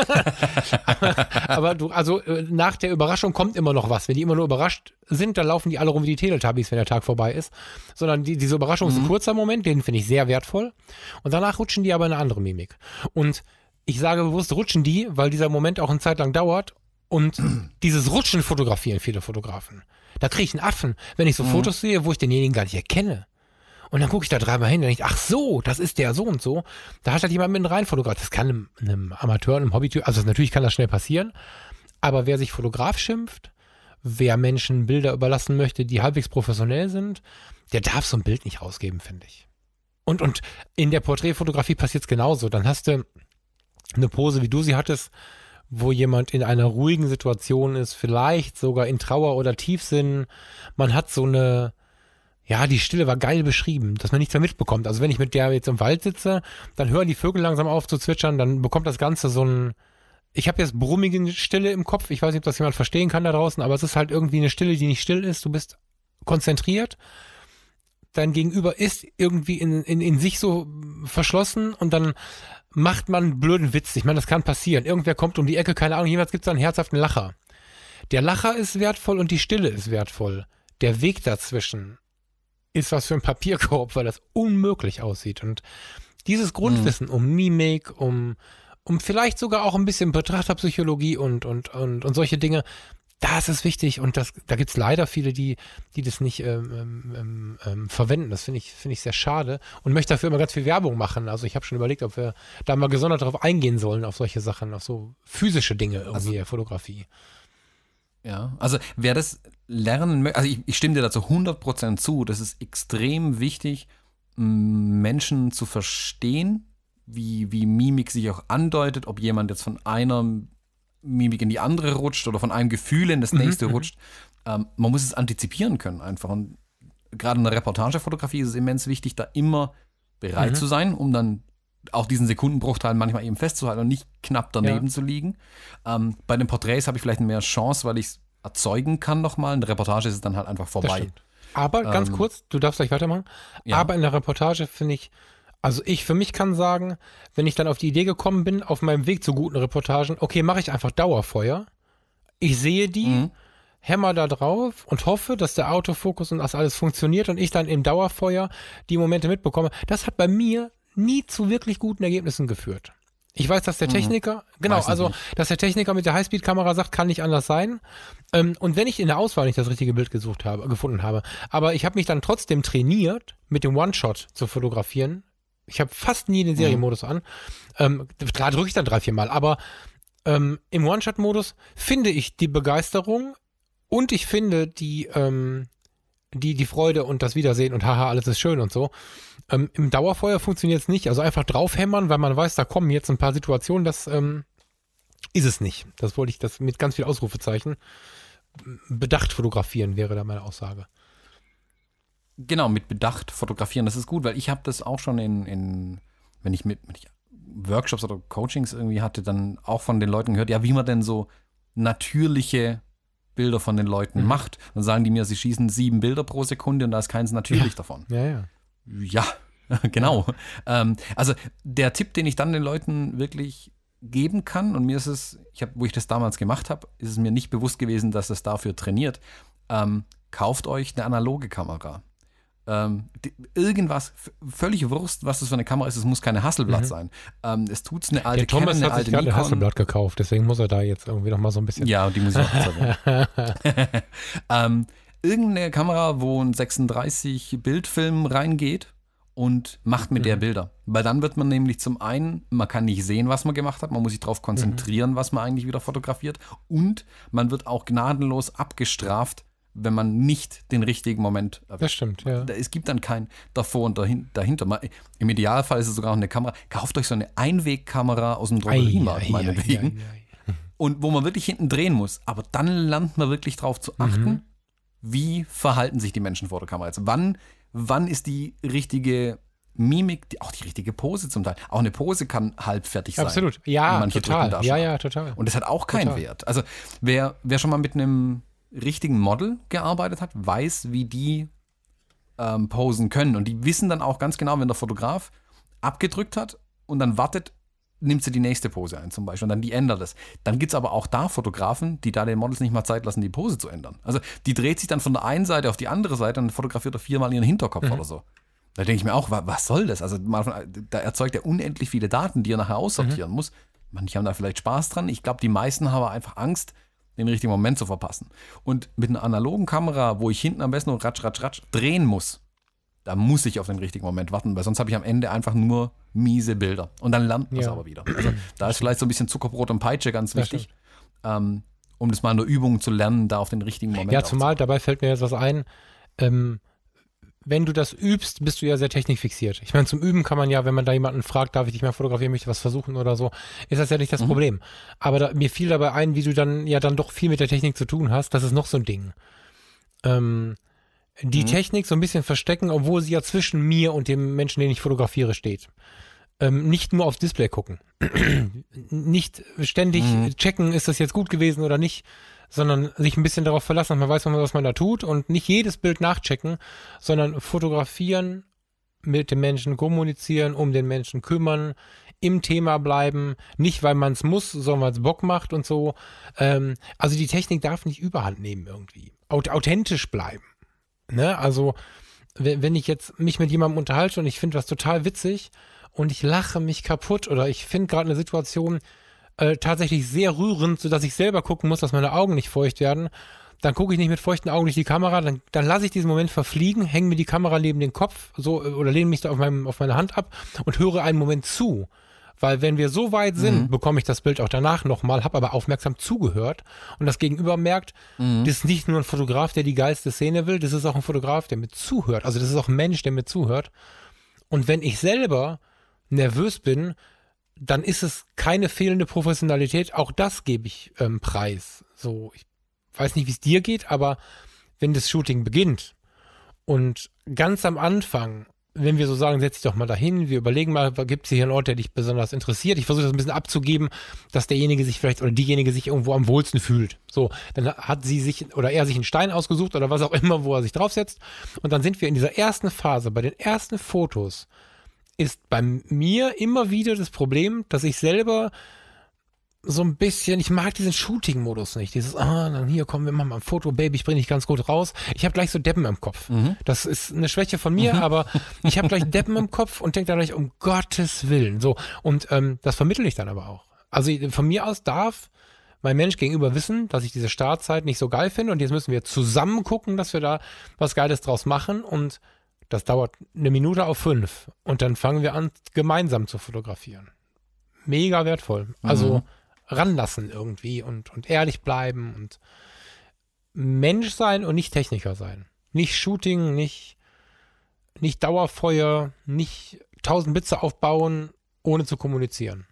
aber du, also nach der Überraschung kommt immer noch was. Wenn die immer nur überrascht sind, dann laufen die alle rum wie die Teletubbies, wenn der Tag vorbei ist. Sondern die, diese Überraschung mhm. ist ein kurzer Moment, den finde ich sehr wertvoll. Und danach rutschen die aber in eine andere Mimik. Und ich sage bewusst rutschen die, weil dieser Moment auch eine Zeit lang dauert. Und dieses Rutschen fotografieren viele Fotografen. Da kriege ich einen Affen, wenn ich so mhm. Fotos sehe, wo ich denjenigen gar nicht erkenne. Und dann gucke ich da dreimal hin und denke, ach so, das ist der so und so. Da hat halt jemand mit rein fotografiert. Das kann einem, einem Amateur, einem Hobby, also natürlich kann das schnell passieren. Aber wer sich Fotograf schimpft, wer Menschen Bilder überlassen möchte, die halbwegs professionell sind, der darf so ein Bild nicht rausgeben, finde ich. Und, und in der Porträtfotografie passiert es genauso. Dann hast du eine Pose, wie du sie hattest, wo jemand in einer ruhigen Situation ist, vielleicht sogar in Trauer oder Tiefsinn. Man hat so eine, ja, die Stille war geil beschrieben, dass man nichts mehr mitbekommt. Also wenn ich mit der jetzt im Wald sitze, dann hören die Vögel langsam auf zu zwitschern, dann bekommt das Ganze so ein, ich habe jetzt brummige Stille im Kopf, ich weiß nicht, ob das jemand verstehen kann da draußen, aber es ist halt irgendwie eine Stille, die nicht still ist, du bist konzentriert, dein Gegenüber ist irgendwie in, in, in sich so verschlossen und dann macht man einen blöden Witz. Ich meine, das kann passieren. Irgendwer kommt um die Ecke, keine Ahnung, jemals gibt es einen herzhaften Lacher. Der Lacher ist wertvoll und die Stille ist wertvoll. Der Weg dazwischen ist was für ein Papierkorb, weil das unmöglich aussieht. Und dieses Grundwissen mhm. um Mimik, um, um vielleicht sogar auch ein bisschen Betrachterpsychologie und, und, und, und solche Dinge, das ist wichtig. Und das, da gibt es leider viele, die, die das nicht ähm, ähm, ähm, verwenden. Das finde ich, finde ich sehr schade und möchte dafür immer ganz viel Werbung machen. Also ich habe schon überlegt, ob wir da mal gesondert darauf eingehen sollen, auf solche Sachen, auf so physische Dinge irgendwie also, der Fotografie. Ja, also wer das lernen möchte, also ich, ich stimme dir dazu hundert Prozent zu, das ist extrem wichtig, Menschen zu verstehen, wie, wie Mimik sich auch andeutet, ob jemand jetzt von einer Mimik in die andere rutscht oder von einem Gefühl in das nächste mhm, rutscht. Ähm, man muss es antizipieren können einfach. Und gerade in der Reportagefotografie ist es immens wichtig, da immer bereit mhm. zu sein, um dann auch diesen Sekundenbruchteil manchmal eben festzuhalten und nicht knapp daneben ja. zu liegen. Ähm, bei den Porträts habe ich vielleicht mehr Chance, weil ich es erzeugen kann nochmal. In der Reportage ist es dann halt einfach vorbei. Aber ganz ähm, kurz, du darfst gleich weitermachen, ja. aber in der Reportage finde ich, also ich für mich kann sagen, wenn ich dann auf die Idee gekommen bin, auf meinem Weg zu guten Reportagen, okay, mache ich einfach Dauerfeuer. Ich sehe die, mhm. hämmer da drauf und hoffe, dass der Autofokus und das alles funktioniert und ich dann im Dauerfeuer die Momente mitbekomme. Das hat bei mir nie zu wirklich guten Ergebnissen geführt. Ich weiß, dass der Techniker, mhm. genau, weiß also, nicht. dass der Techniker mit der Highspeed-Kamera sagt, kann nicht anders sein. Ähm, und wenn ich in der Auswahl nicht das richtige Bild gesucht habe, gefunden habe, aber ich habe mich dann trotzdem trainiert, mit dem One-Shot zu fotografieren. Ich habe fast nie den Serienmodus mhm. an. Ähm, klar drücke ich dann drei, vier Mal, aber ähm, im One-Shot-Modus finde ich die Begeisterung und ich finde die, ähm, die, die Freude und das Wiedersehen und haha, alles ist schön und so. Ähm, im Dauerfeuer funktioniert es nicht. Also einfach draufhämmern, weil man weiß, da kommen jetzt ein paar Situationen, das ähm, ist es nicht. Das wollte ich, das mit ganz viel Ausrufezeichen. Bedacht fotografieren wäre da meine Aussage. Genau, mit Bedacht fotografieren, das ist gut, weil ich habe das auch schon in, in wenn ich mit wenn ich Workshops oder Coachings irgendwie hatte, dann auch von den Leuten gehört, ja, wie man denn so natürliche Bilder von den Leuten mhm. macht. Dann sagen die mir, sie schießen sieben Bilder pro Sekunde und da ist keins natürlich ja. davon. Ja, ja. Ja, Genau. Ähm, also der Tipp, den ich dann den Leuten wirklich geben kann, und mir ist es, ich hab, wo ich das damals gemacht habe, ist es mir nicht bewusst gewesen, dass es dafür trainiert. Ähm, kauft euch eine analoge Kamera. Ähm, die, irgendwas, f- völlig Wurst, was das für eine Kamera ist, es muss keine Hasselblad mhm. sein. Ähm, es tut's eine alte Der Thomas Canon, eine hat alte sich gerade Nikon. ein Hasselblad gekauft, deswegen muss er da jetzt irgendwie noch mal so ein bisschen... Ja, die muss ich auch sagen. ähm, irgendeine Kamera, wo ein sechsunddreißig Bildfilm reingeht und macht mit mhm. der Bilder. Weil dann wird man nämlich zum einen, man kann nicht sehen, was man gemacht hat, man muss sich darauf konzentrieren, mhm. was man eigentlich wieder fotografiert, und man wird auch gnadenlos abgestraft, wenn man nicht den richtigen Moment erwischt. Das stimmt, ja. Es gibt dann kein davor und dahinter. Im Idealfall ist es sogar noch eine Kamera. Kauft euch so eine Einwegkamera aus dem Drogeriemarkt, meinetwegen. Ei, ei, ei, und wo man wirklich hinten drehen muss. Aber dann lernt man wirklich drauf zu achten, mhm. wie verhalten sich die Menschen vor der Kamera. Also wann, wann ist die richtige Mimik, die, auch die richtige Pose zum Teil. Auch eine Pose kann halbfertig sein. Absolut, ja, total. Ja, ja, total. Und das hat auch keinen total. Wert. Also wer, wer schon mal mit einem richtigen Model gearbeitet hat, weiß, wie die ähm, posen können. Und die wissen dann auch ganz genau, wenn der Fotograf abgedrückt hat und dann wartet, nimmt sie die nächste Pose ein zum Beispiel und dann die ändert es. Dann gibt es aber auch da Fotografen, die da den Models nicht mal Zeit lassen, die Pose zu ändern. Also die dreht sich dann von der einen Seite auf die andere Seite und fotografiert er viermal ihren Hinterkopf mhm. oder so. Da denke ich mir auch, was soll das? Also da erzeugt er unendlich viele Daten, die er nachher aussortieren mhm. muss. Manche haben da vielleicht Spaß dran. Ich glaube, die meisten haben einfach Angst, den richtigen Moment zu verpassen. Und mit einer analogen Kamera, wo ich hinten am besten nur ratsch, ratsch, ratsch drehen muss, da muss ich auf den richtigen Moment warten, weil sonst habe ich am Ende einfach nur miese Bilder. Und dann lernt man es ja. aber wieder. Also da ist vielleicht so ein bisschen Zuckerbrot und Peitsche ganz wichtig, ähm, um das mal in der Übung zu lernen, da auf den richtigen Moment Ja, zumal dabei fällt mir jetzt was ein, ähm, wenn du das übst, bist du ja sehr technikfixiert. Ich meine, zum Üben kann man ja, wenn man da jemanden fragt, darf ich dich mal fotografieren, möchte was versuchen oder so, ist das ja nicht das mhm. Problem. Aber da, mir fiel dabei ein, wie du dann ja dann doch viel mit der Technik zu tun hast. Das ist noch so ein Ding. Ähm, die mhm. Technik so ein bisschen verstecken, obwohl sie ja zwischen mir und dem Menschen, den ich fotografiere, steht. Ähm, nicht nur aufs Display gucken. Nicht ständig mhm. checken, ist das jetzt gut gewesen oder nicht, sondern sich ein bisschen darauf verlassen, man weiß, was man da tut und nicht jedes Bild nachchecken, sondern fotografieren, mit dem Menschen kommunizieren, um den Menschen kümmern, im Thema bleiben, nicht weil man es muss, sondern weil es Bock macht und so. Ähm, also die Technik darf nicht überhand nehmen irgendwie. Aut- authentisch bleiben. Ne? Also wenn, wenn ich jetzt mich mit jemandem unterhalte und ich finde was total witzig und ich lache mich kaputt oder ich finde gerade eine Situation Äh, tatsächlich sehr rührend, sodass ich selber gucken muss, dass meine Augen nicht feucht werden. Dann gucke ich nicht mit feuchten Augen durch die Kamera, dann, dann lasse ich diesen Moment verfliegen, hänge mir die Kamera neben den Kopf so oder lehne mich da auf, meinem, auf meine Hand ab und höre einen Moment zu. Weil wenn wir so weit sind, mhm. bekomme ich das Bild auch danach nochmal, habe aber aufmerksam zugehört und das Gegenüber merkt, mhm. das ist nicht nur ein Fotograf, der die geilste Szene will, das ist auch ein Fotograf, der mir zuhört. Also das ist auch ein Mensch, der mir zuhört. Und wenn ich selber nervös bin, dann ist es keine fehlende Professionalität. Auch das gebe ich ähm, preis. So, ich weiß nicht, wie es dir geht, aber wenn das Shooting beginnt und ganz am Anfang, wenn wir so sagen, setz dich doch mal dahin, wir überlegen mal, gibt es hier einen Ort, der dich besonders interessiert? Ich versuche das ein bisschen abzugeben, dass derjenige sich vielleicht oder diejenige sich irgendwo am wohlsten fühlt. So, dann hat sie sich oder er sich einen Stein ausgesucht oder was auch immer, wo er sich draufsetzt. Und dann sind wir in dieser ersten Phase, bei den ersten Fotos, ist bei mir immer wieder das Problem, dass ich selber so ein bisschen, ich mag diesen Shooting-Modus nicht. Dieses, ah, dann hier, komm, wir machen mal ein Foto, Baby, ich bring dich ganz gut raus. Ich habe gleich so Deppen im Kopf. Mhm. Das ist eine Schwäche von mir, mhm. aber ich habe gleich Deppen im Kopf und denke da gleich, um Gottes Willen. So, und ähm, das vermittle ich dann aber auch. Also von mir aus darf mein Mensch gegenüber wissen, dass ich diese Startzeit nicht so geil finde und jetzt müssen wir zusammen gucken, dass wir da was Geiles draus machen und das dauert eine Minute auf fünf und dann fangen wir an, gemeinsam zu fotografieren. Mega wertvoll. Also mhm. ranlassen irgendwie und, und ehrlich bleiben und Mensch sein und nicht Techniker sein. Nicht Shooting, nicht, nicht Dauerfeuer, nicht tausend Blitze aufbauen, ohne zu kommunizieren.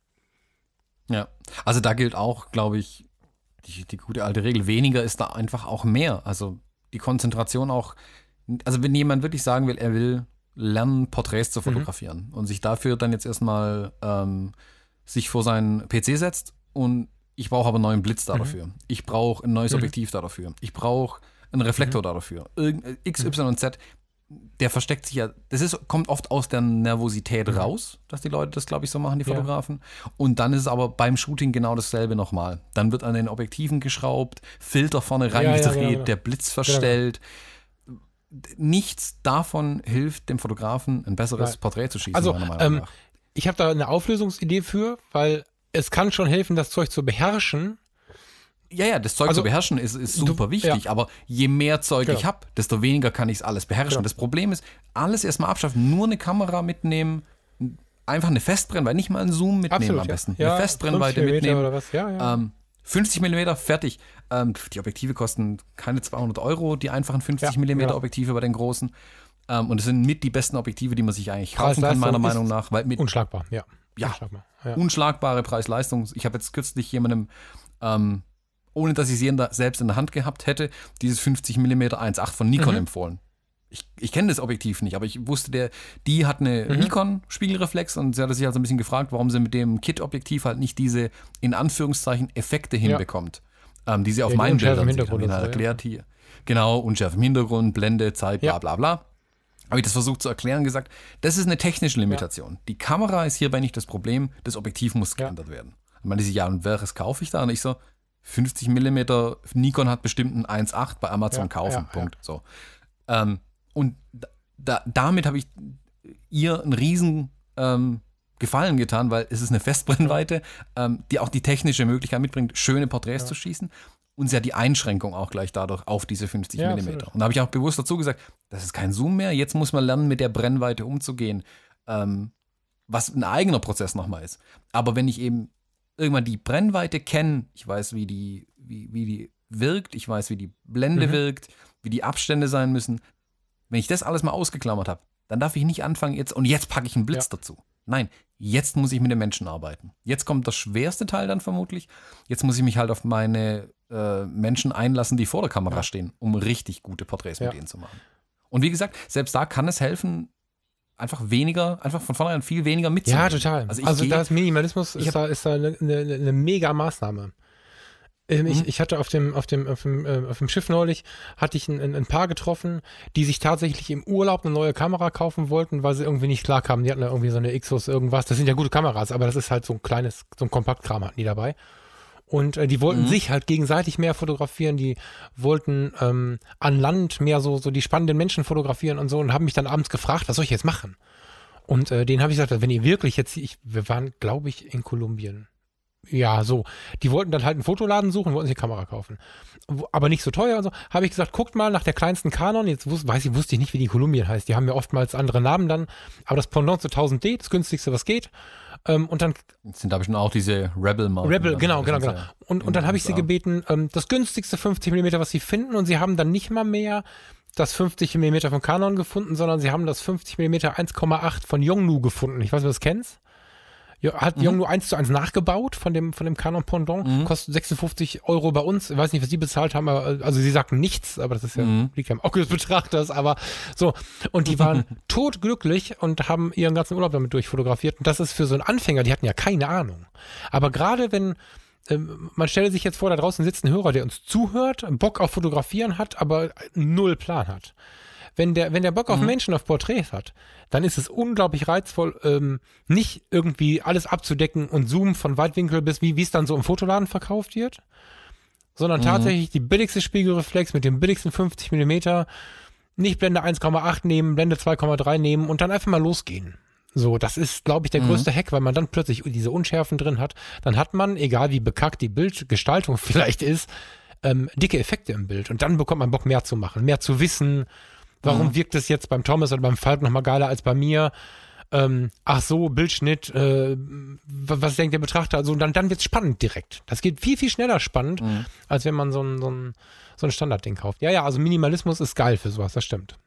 Ja, also da gilt auch, glaube ich, die, die gute alte Regel, weniger ist da einfach auch mehr. Also die Konzentration auch. Also wenn jemand wirklich sagen will, er will lernen, Porträts zu fotografieren mhm. und sich dafür dann jetzt erstmal ähm, sich vor seinen P C setzt und ich brauche aber einen neuen Blitz da dafür. Mhm. Ich brauche ein neues mhm. Objektiv da dafür. Ich brauche einen Reflektor mhm. da dafür. Irgend, X, Y und Z. der versteckt sich ja, das ist, kommt oft aus der Nervosität mhm. raus, dass die Leute das, glaube ich, so machen, die Fotografen. Ja. Und dann ist es aber beim Shooting genau dasselbe nochmal. Dann wird an den Objektiven geschraubt, Filter vorne reingedreht, ja, ja, genau, genau. der Blitz verstellt. Genau. Nichts davon hilft dem Fotografen, ein besseres ja. Porträt zu schießen. Also, ähm, ich habe da eine Auflösungsidee für, weil es kann schon helfen, das Zeug zu beherrschen. Ja, ja, das Zeug also, zu beherrschen ist, ist super du, wichtig, ja. aber je mehr Zeug genau. ich habe, desto weniger kann ich es alles beherrschen. Genau. Das Problem ist, alles erstmal abschaffen, nur eine Kamera mitnehmen, einfach eine Festbrennweite, nicht mal einen Zoom mitnehmen Absolut, am besten. Ja. Eine ja, Festbrennweite mitnehmen. Oder was? Ja, ja. Ähm, fünfzig Millimeter, fertig. Ähm, die Objektive kosten keine zweihundert Euro, die einfachen fünfzig Millimeter ja, Objektive bei den großen. Ähm, und es sind mit die besten Objektive, die man sich eigentlich kaufen kann, meiner Meinung nach. Weil mit, unschlagbar, ja. Ja, unschlagbar, ja. unschlagbare Preis-Leistung. Ich habe jetzt kürzlich jemandem ähm, ohne dass ich sie in der, selbst in der Hand gehabt hätte, dieses fünfzig Millimeter eins Komma acht von Nikon mhm. empfohlen. Ich, ich kenne das Objektiv nicht, aber ich wusste, der, die hat eine mhm. Nikon-Spiegelreflex und sie hat sich halt so ein bisschen gefragt, warum sie mit dem Kit-Objektiv halt nicht diese, in Anführungszeichen, Effekte hinbekommt, ja. ähm, die sie auf ja, meinen Bildern sieht. Habe ich halt erklärt hier. Genau, Unschärfe im Hintergrund, Blende, Zeit, bla bla bla. Habe ich das versucht zu erklären, gesagt, das ist eine technische Limitation. Ja. Die Kamera ist hierbei nicht das Problem, das Objektiv muss geändert ja. werden. Und man sagt, ja, und welches kaufe ich da? Und ich so, fünfzig Millimeter, Nikon hat bestimmt ein eins Komma acht bei Amazon ja, kaufen, ja, Punkt. Ja. So. Ähm, und da, damit habe ich ihr einen riesen ähm, Gefallen getan, weil es ist eine Festbrennweite, ähm, die auch die technische Möglichkeit mitbringt, schöne Porträts ja. zu schießen. Und sie hat die Einschränkung auch gleich dadurch auf diese fünfzig ja, Millimeter. Absolut. Und da habe ich auch bewusst dazu gesagt, das ist kein Zoom mehr, jetzt muss man lernen, mit der Brennweite umzugehen, ähm, was ein eigener Prozess nochmal ist. Aber wenn ich eben irgendwann die Brennweite kenne, ich weiß, wie die, wie, wie die wirkt, ich weiß, wie die Blende mhm. wirkt, wie die Abstände sein müssen. Wenn ich das alles mal ausgeklammert habe, dann darf ich nicht anfangen jetzt, und jetzt packe ich einen Blitz ja. dazu. Nein, jetzt muss ich mit den Menschen arbeiten. Jetzt kommt das schwerste Teil dann vermutlich. Jetzt muss ich mich halt auf meine äh, Menschen einlassen, die vor der Kamera ja. stehen, um richtig gute Porträts ja. mit denen zu machen. Und wie gesagt, selbst da kann es helfen, einfach weniger, einfach von vornherein viel weniger mitzunehmen. Ja, total. Also, also da ist Minimalismus ist, hab, da, ist da eine, eine, eine mega Maßnahme. Ähm, mhm. ich, ich hatte auf dem, auf dem, auf dem, äh, auf dem Schiff neulich, hatte ich ein, ein Paar getroffen, die sich tatsächlich im Urlaub eine neue Kamera kaufen wollten, weil sie irgendwie nicht klar kamen. Die hatten da irgendwie so eine Xus irgendwas. Das sind ja gute Kameras, aber das ist halt so ein kleines, so ein Kompaktkram hatten die dabei. Und äh, die wollten mhm. sich halt gegenseitig mehr fotografieren, die wollten ähm, an Land mehr so, so die spannenden Menschen fotografieren und so und haben mich dann abends gefragt, was soll ich jetzt machen? Und äh, denen habe ich gesagt, wenn ihr wirklich jetzt, ich, wir waren, glaube ich, in Kolumbien. Ja, so. Die wollten dann halt einen Fotoladen suchen, wollten sich eine Kamera kaufen. Aber nicht so teuer und so. Habe ich gesagt, guckt mal nach der kleinsten Canon. Jetzt wus- weiß ich, wusste ich nicht, wie die in Kolumbien heißt. Die haben ja oftmals andere Namen dann. Aber das Pendant zu tausend D, das günstigste, was geht. Ähm, und dann das sind, glaube ich, auch diese Rebel-Marken. Rebel, genau, genau, genau. Und, und dann habe ich sie gebeten, ähm, das günstigste fünfzig Millimeter, was sie finden. Und sie haben dann nicht mal mehr das fünfzig Millimeter von Canon gefunden, sondern sie haben das fünfzig Millimeter eins Komma acht von Yongnuo gefunden. Ich weiß nicht, ob du das kennst. Hat mhm. Yongnuo eins zu eins nachgebaut von dem, von dem Canon Pendant, mhm. kostet sechsundfünfzig Euro bei uns. Ich weiß nicht, was die bezahlt haben, aber, also sie sagten nichts, aber das ist ja, mhm. liegt ja im Auge des Betrachters, aber so. Und die waren todglücklich und haben ihren ganzen Urlaub damit durchfotografiert. Und das ist für so einen Anfänger, die hatten ja keine Ahnung. Aber gerade wenn, ähm, man stelle sich jetzt vor, da draußen sitzt ein Hörer, der uns zuhört, Bock auf Fotografieren hat, aber null Plan hat. Wenn der, wenn der Bock auf mhm. Menschen, auf Porträts hat, dann ist es unglaublich reizvoll, ähm, nicht irgendwie alles abzudecken und zoomen von Weitwinkel bis wie es dann so im Fotoladen verkauft wird, sondern mhm. tatsächlich die billigste Spiegelreflex mit dem billigsten fünfzig Millimeter, nicht Blende eins Komma acht nehmen, Blende zwei Komma drei nehmen und dann einfach mal losgehen. So, das ist, glaube ich, der mhm. größte Hack, weil man dann plötzlich diese Unschärfen drin hat. Dann hat man, egal wie bekackt die Bildgestaltung vielleicht ist, ähm, dicke Effekte im Bild. Und dann bekommt man Bock, mehr zu machen, mehr zu wissen. Warum mhm. wirkt es jetzt beim Thomas oder beim Falk nochmal geiler als bei mir? Ähm, ach so, Bildschnitt, äh, was denkt der Betrachter? Also dann, dann wird es spannend direkt. Das geht viel, viel schneller spannend, mhm. als wenn man so ein, so ein, so ein Standardding kauft. Ja, ja, also Minimalismus ist geil für sowas, das stimmt.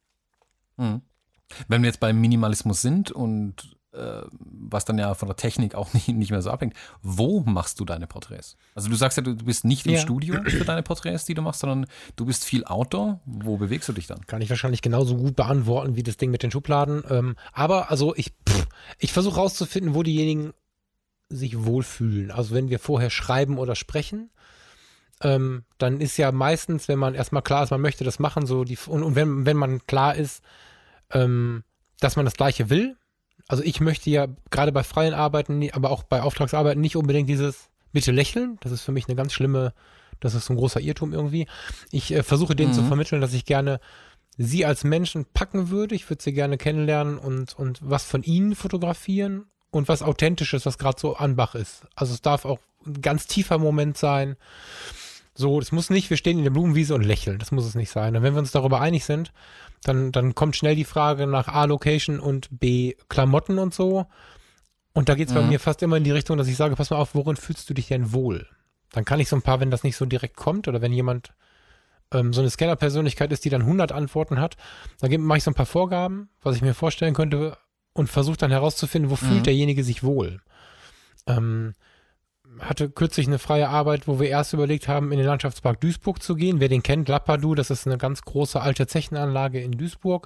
Mhm. Wenn wir jetzt beim Minimalismus sind und äh, was dann ja von der Technik auch nicht, nicht mehr so abhängt, wo machst du deine Porträts? Also du sagst ja, du bist nicht im ja. Studio für deine Porträts, die du machst, sondern du bist viel Outdoor. Wo bewegst du dich dann? Kann ich wahrscheinlich genauso gut beantworten wie das Ding mit den Schubladen. Ähm, aber also ich, pff, ich versuche rauszufinden, wo diejenigen sich wohlfühlen. Also wenn wir vorher schreiben oder sprechen, ähm, dann ist ja meistens, wenn man erstmal klar ist, man möchte das machen, so die, und, und wenn, wenn man klar ist, ähm, dass man das Gleiche will, also ich möchte ja gerade bei freien Arbeiten, aber auch bei Auftragsarbeiten nicht unbedingt dieses bitte lächeln, das ist für mich eine ganz schlimme, das ist so ein großer Irrtum irgendwie. Ich äh, versuche denen mhm. zu vermitteln, dass ich gerne sie als Menschen packen würde, ich würde sie gerne kennenlernen und, und was von ihnen fotografieren und was Authentisches, was gerade so an Bach ist. Also es darf auch ein ganz tiefer Moment sein. So, es muss nicht, wir stehen in der Blumenwiese und lächeln, das muss es nicht sein. Und wenn wir uns darüber einig sind, dann, dann kommt schnell die Frage nach A, Location und B, Klamotten und so. Und da geht es mhm. bei mir fast immer in die Richtung, dass ich sage, pass mal auf, worin fühlst du dich denn wohl? Dann kann ich so ein paar, wenn das nicht so direkt kommt oder wenn jemand ähm, so eine Scanner-Persönlichkeit ist, die dann hundert Antworten hat, dann mache ich so ein paar Vorgaben, was ich mir vorstellen könnte und versuche dann herauszufinden, wo mhm. fühlt derjenige sich wohl. Ähm, hatte kürzlich eine freie Arbeit, wo wir erst überlegt haben, in den Landschaftspark Duisburg zu gehen. Wer den kennt, Lappadou, das ist eine ganz große alte Zechenanlage in Duisburg,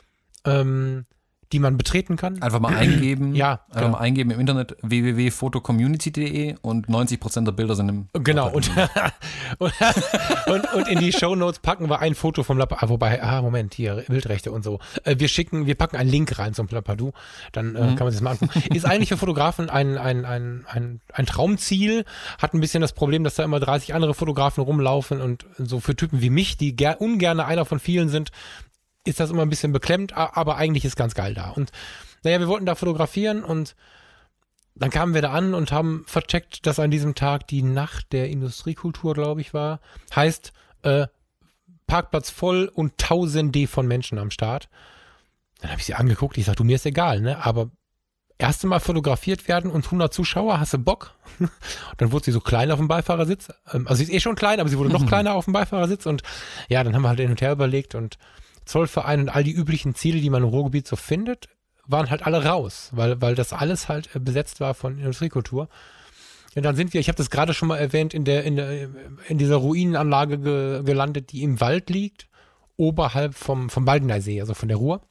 ähm, die man betreten kann. Einfach mal eingeben. Ja. Einfach genau. mal eingeben im Internet w w w punkt photocommunity punkt d e und neunzig Prozent der Bilder sind im Genau. Und, und, und, und in die Shownotes packen wir ein Foto vom Lappadou. Ah, wobei, ah, Moment, hier, Bildrechte und so. Äh, wir schicken, wir packen einen Link rein zum Lappadou. Dann äh, mhm. kann man sich das mal angucken. Ist eigentlich für Fotografen ein, ein, ein, ein, ein Traumziel. Hat ein bisschen das Problem, dass da immer dreißig andere Fotografen rumlaufen und so für Typen wie mich, die ger- ungerne einer von vielen sind, ist das immer ein bisschen beklemmt, aber eigentlich ist ganz geil da. Und naja, wir wollten da fotografieren und dann kamen wir da an und haben vercheckt, dass an diesem Tag die Nacht der Industriekultur, glaube ich, war. Heißt, äh, Parkplatz voll und tausende von Menschen am Start. Dann habe ich sie angeguckt, ich sage, du, mir ist egal, ne? Aber erste Mal fotografiert werden und hundert Zuschauer, hast du Bock? Dann wurde sie so klein auf dem Beifahrersitz. Also sie ist eh schon klein, aber sie wurde noch kleiner auf dem Beifahrersitz. Und ja, dann haben wir halt hin und her überlegt und Zollverein und all die üblichen Ziele, die man im Ruhrgebiet so findet, waren halt alle raus, weil, weil das alles halt besetzt war von Industriekultur. Und dann sind wir, ich habe das gerade schon mal erwähnt, in der in, der, in dieser Ruinenanlage ge, gelandet, die im Wald liegt, oberhalb vom, vom Baldeneysee, also von der Ruhr.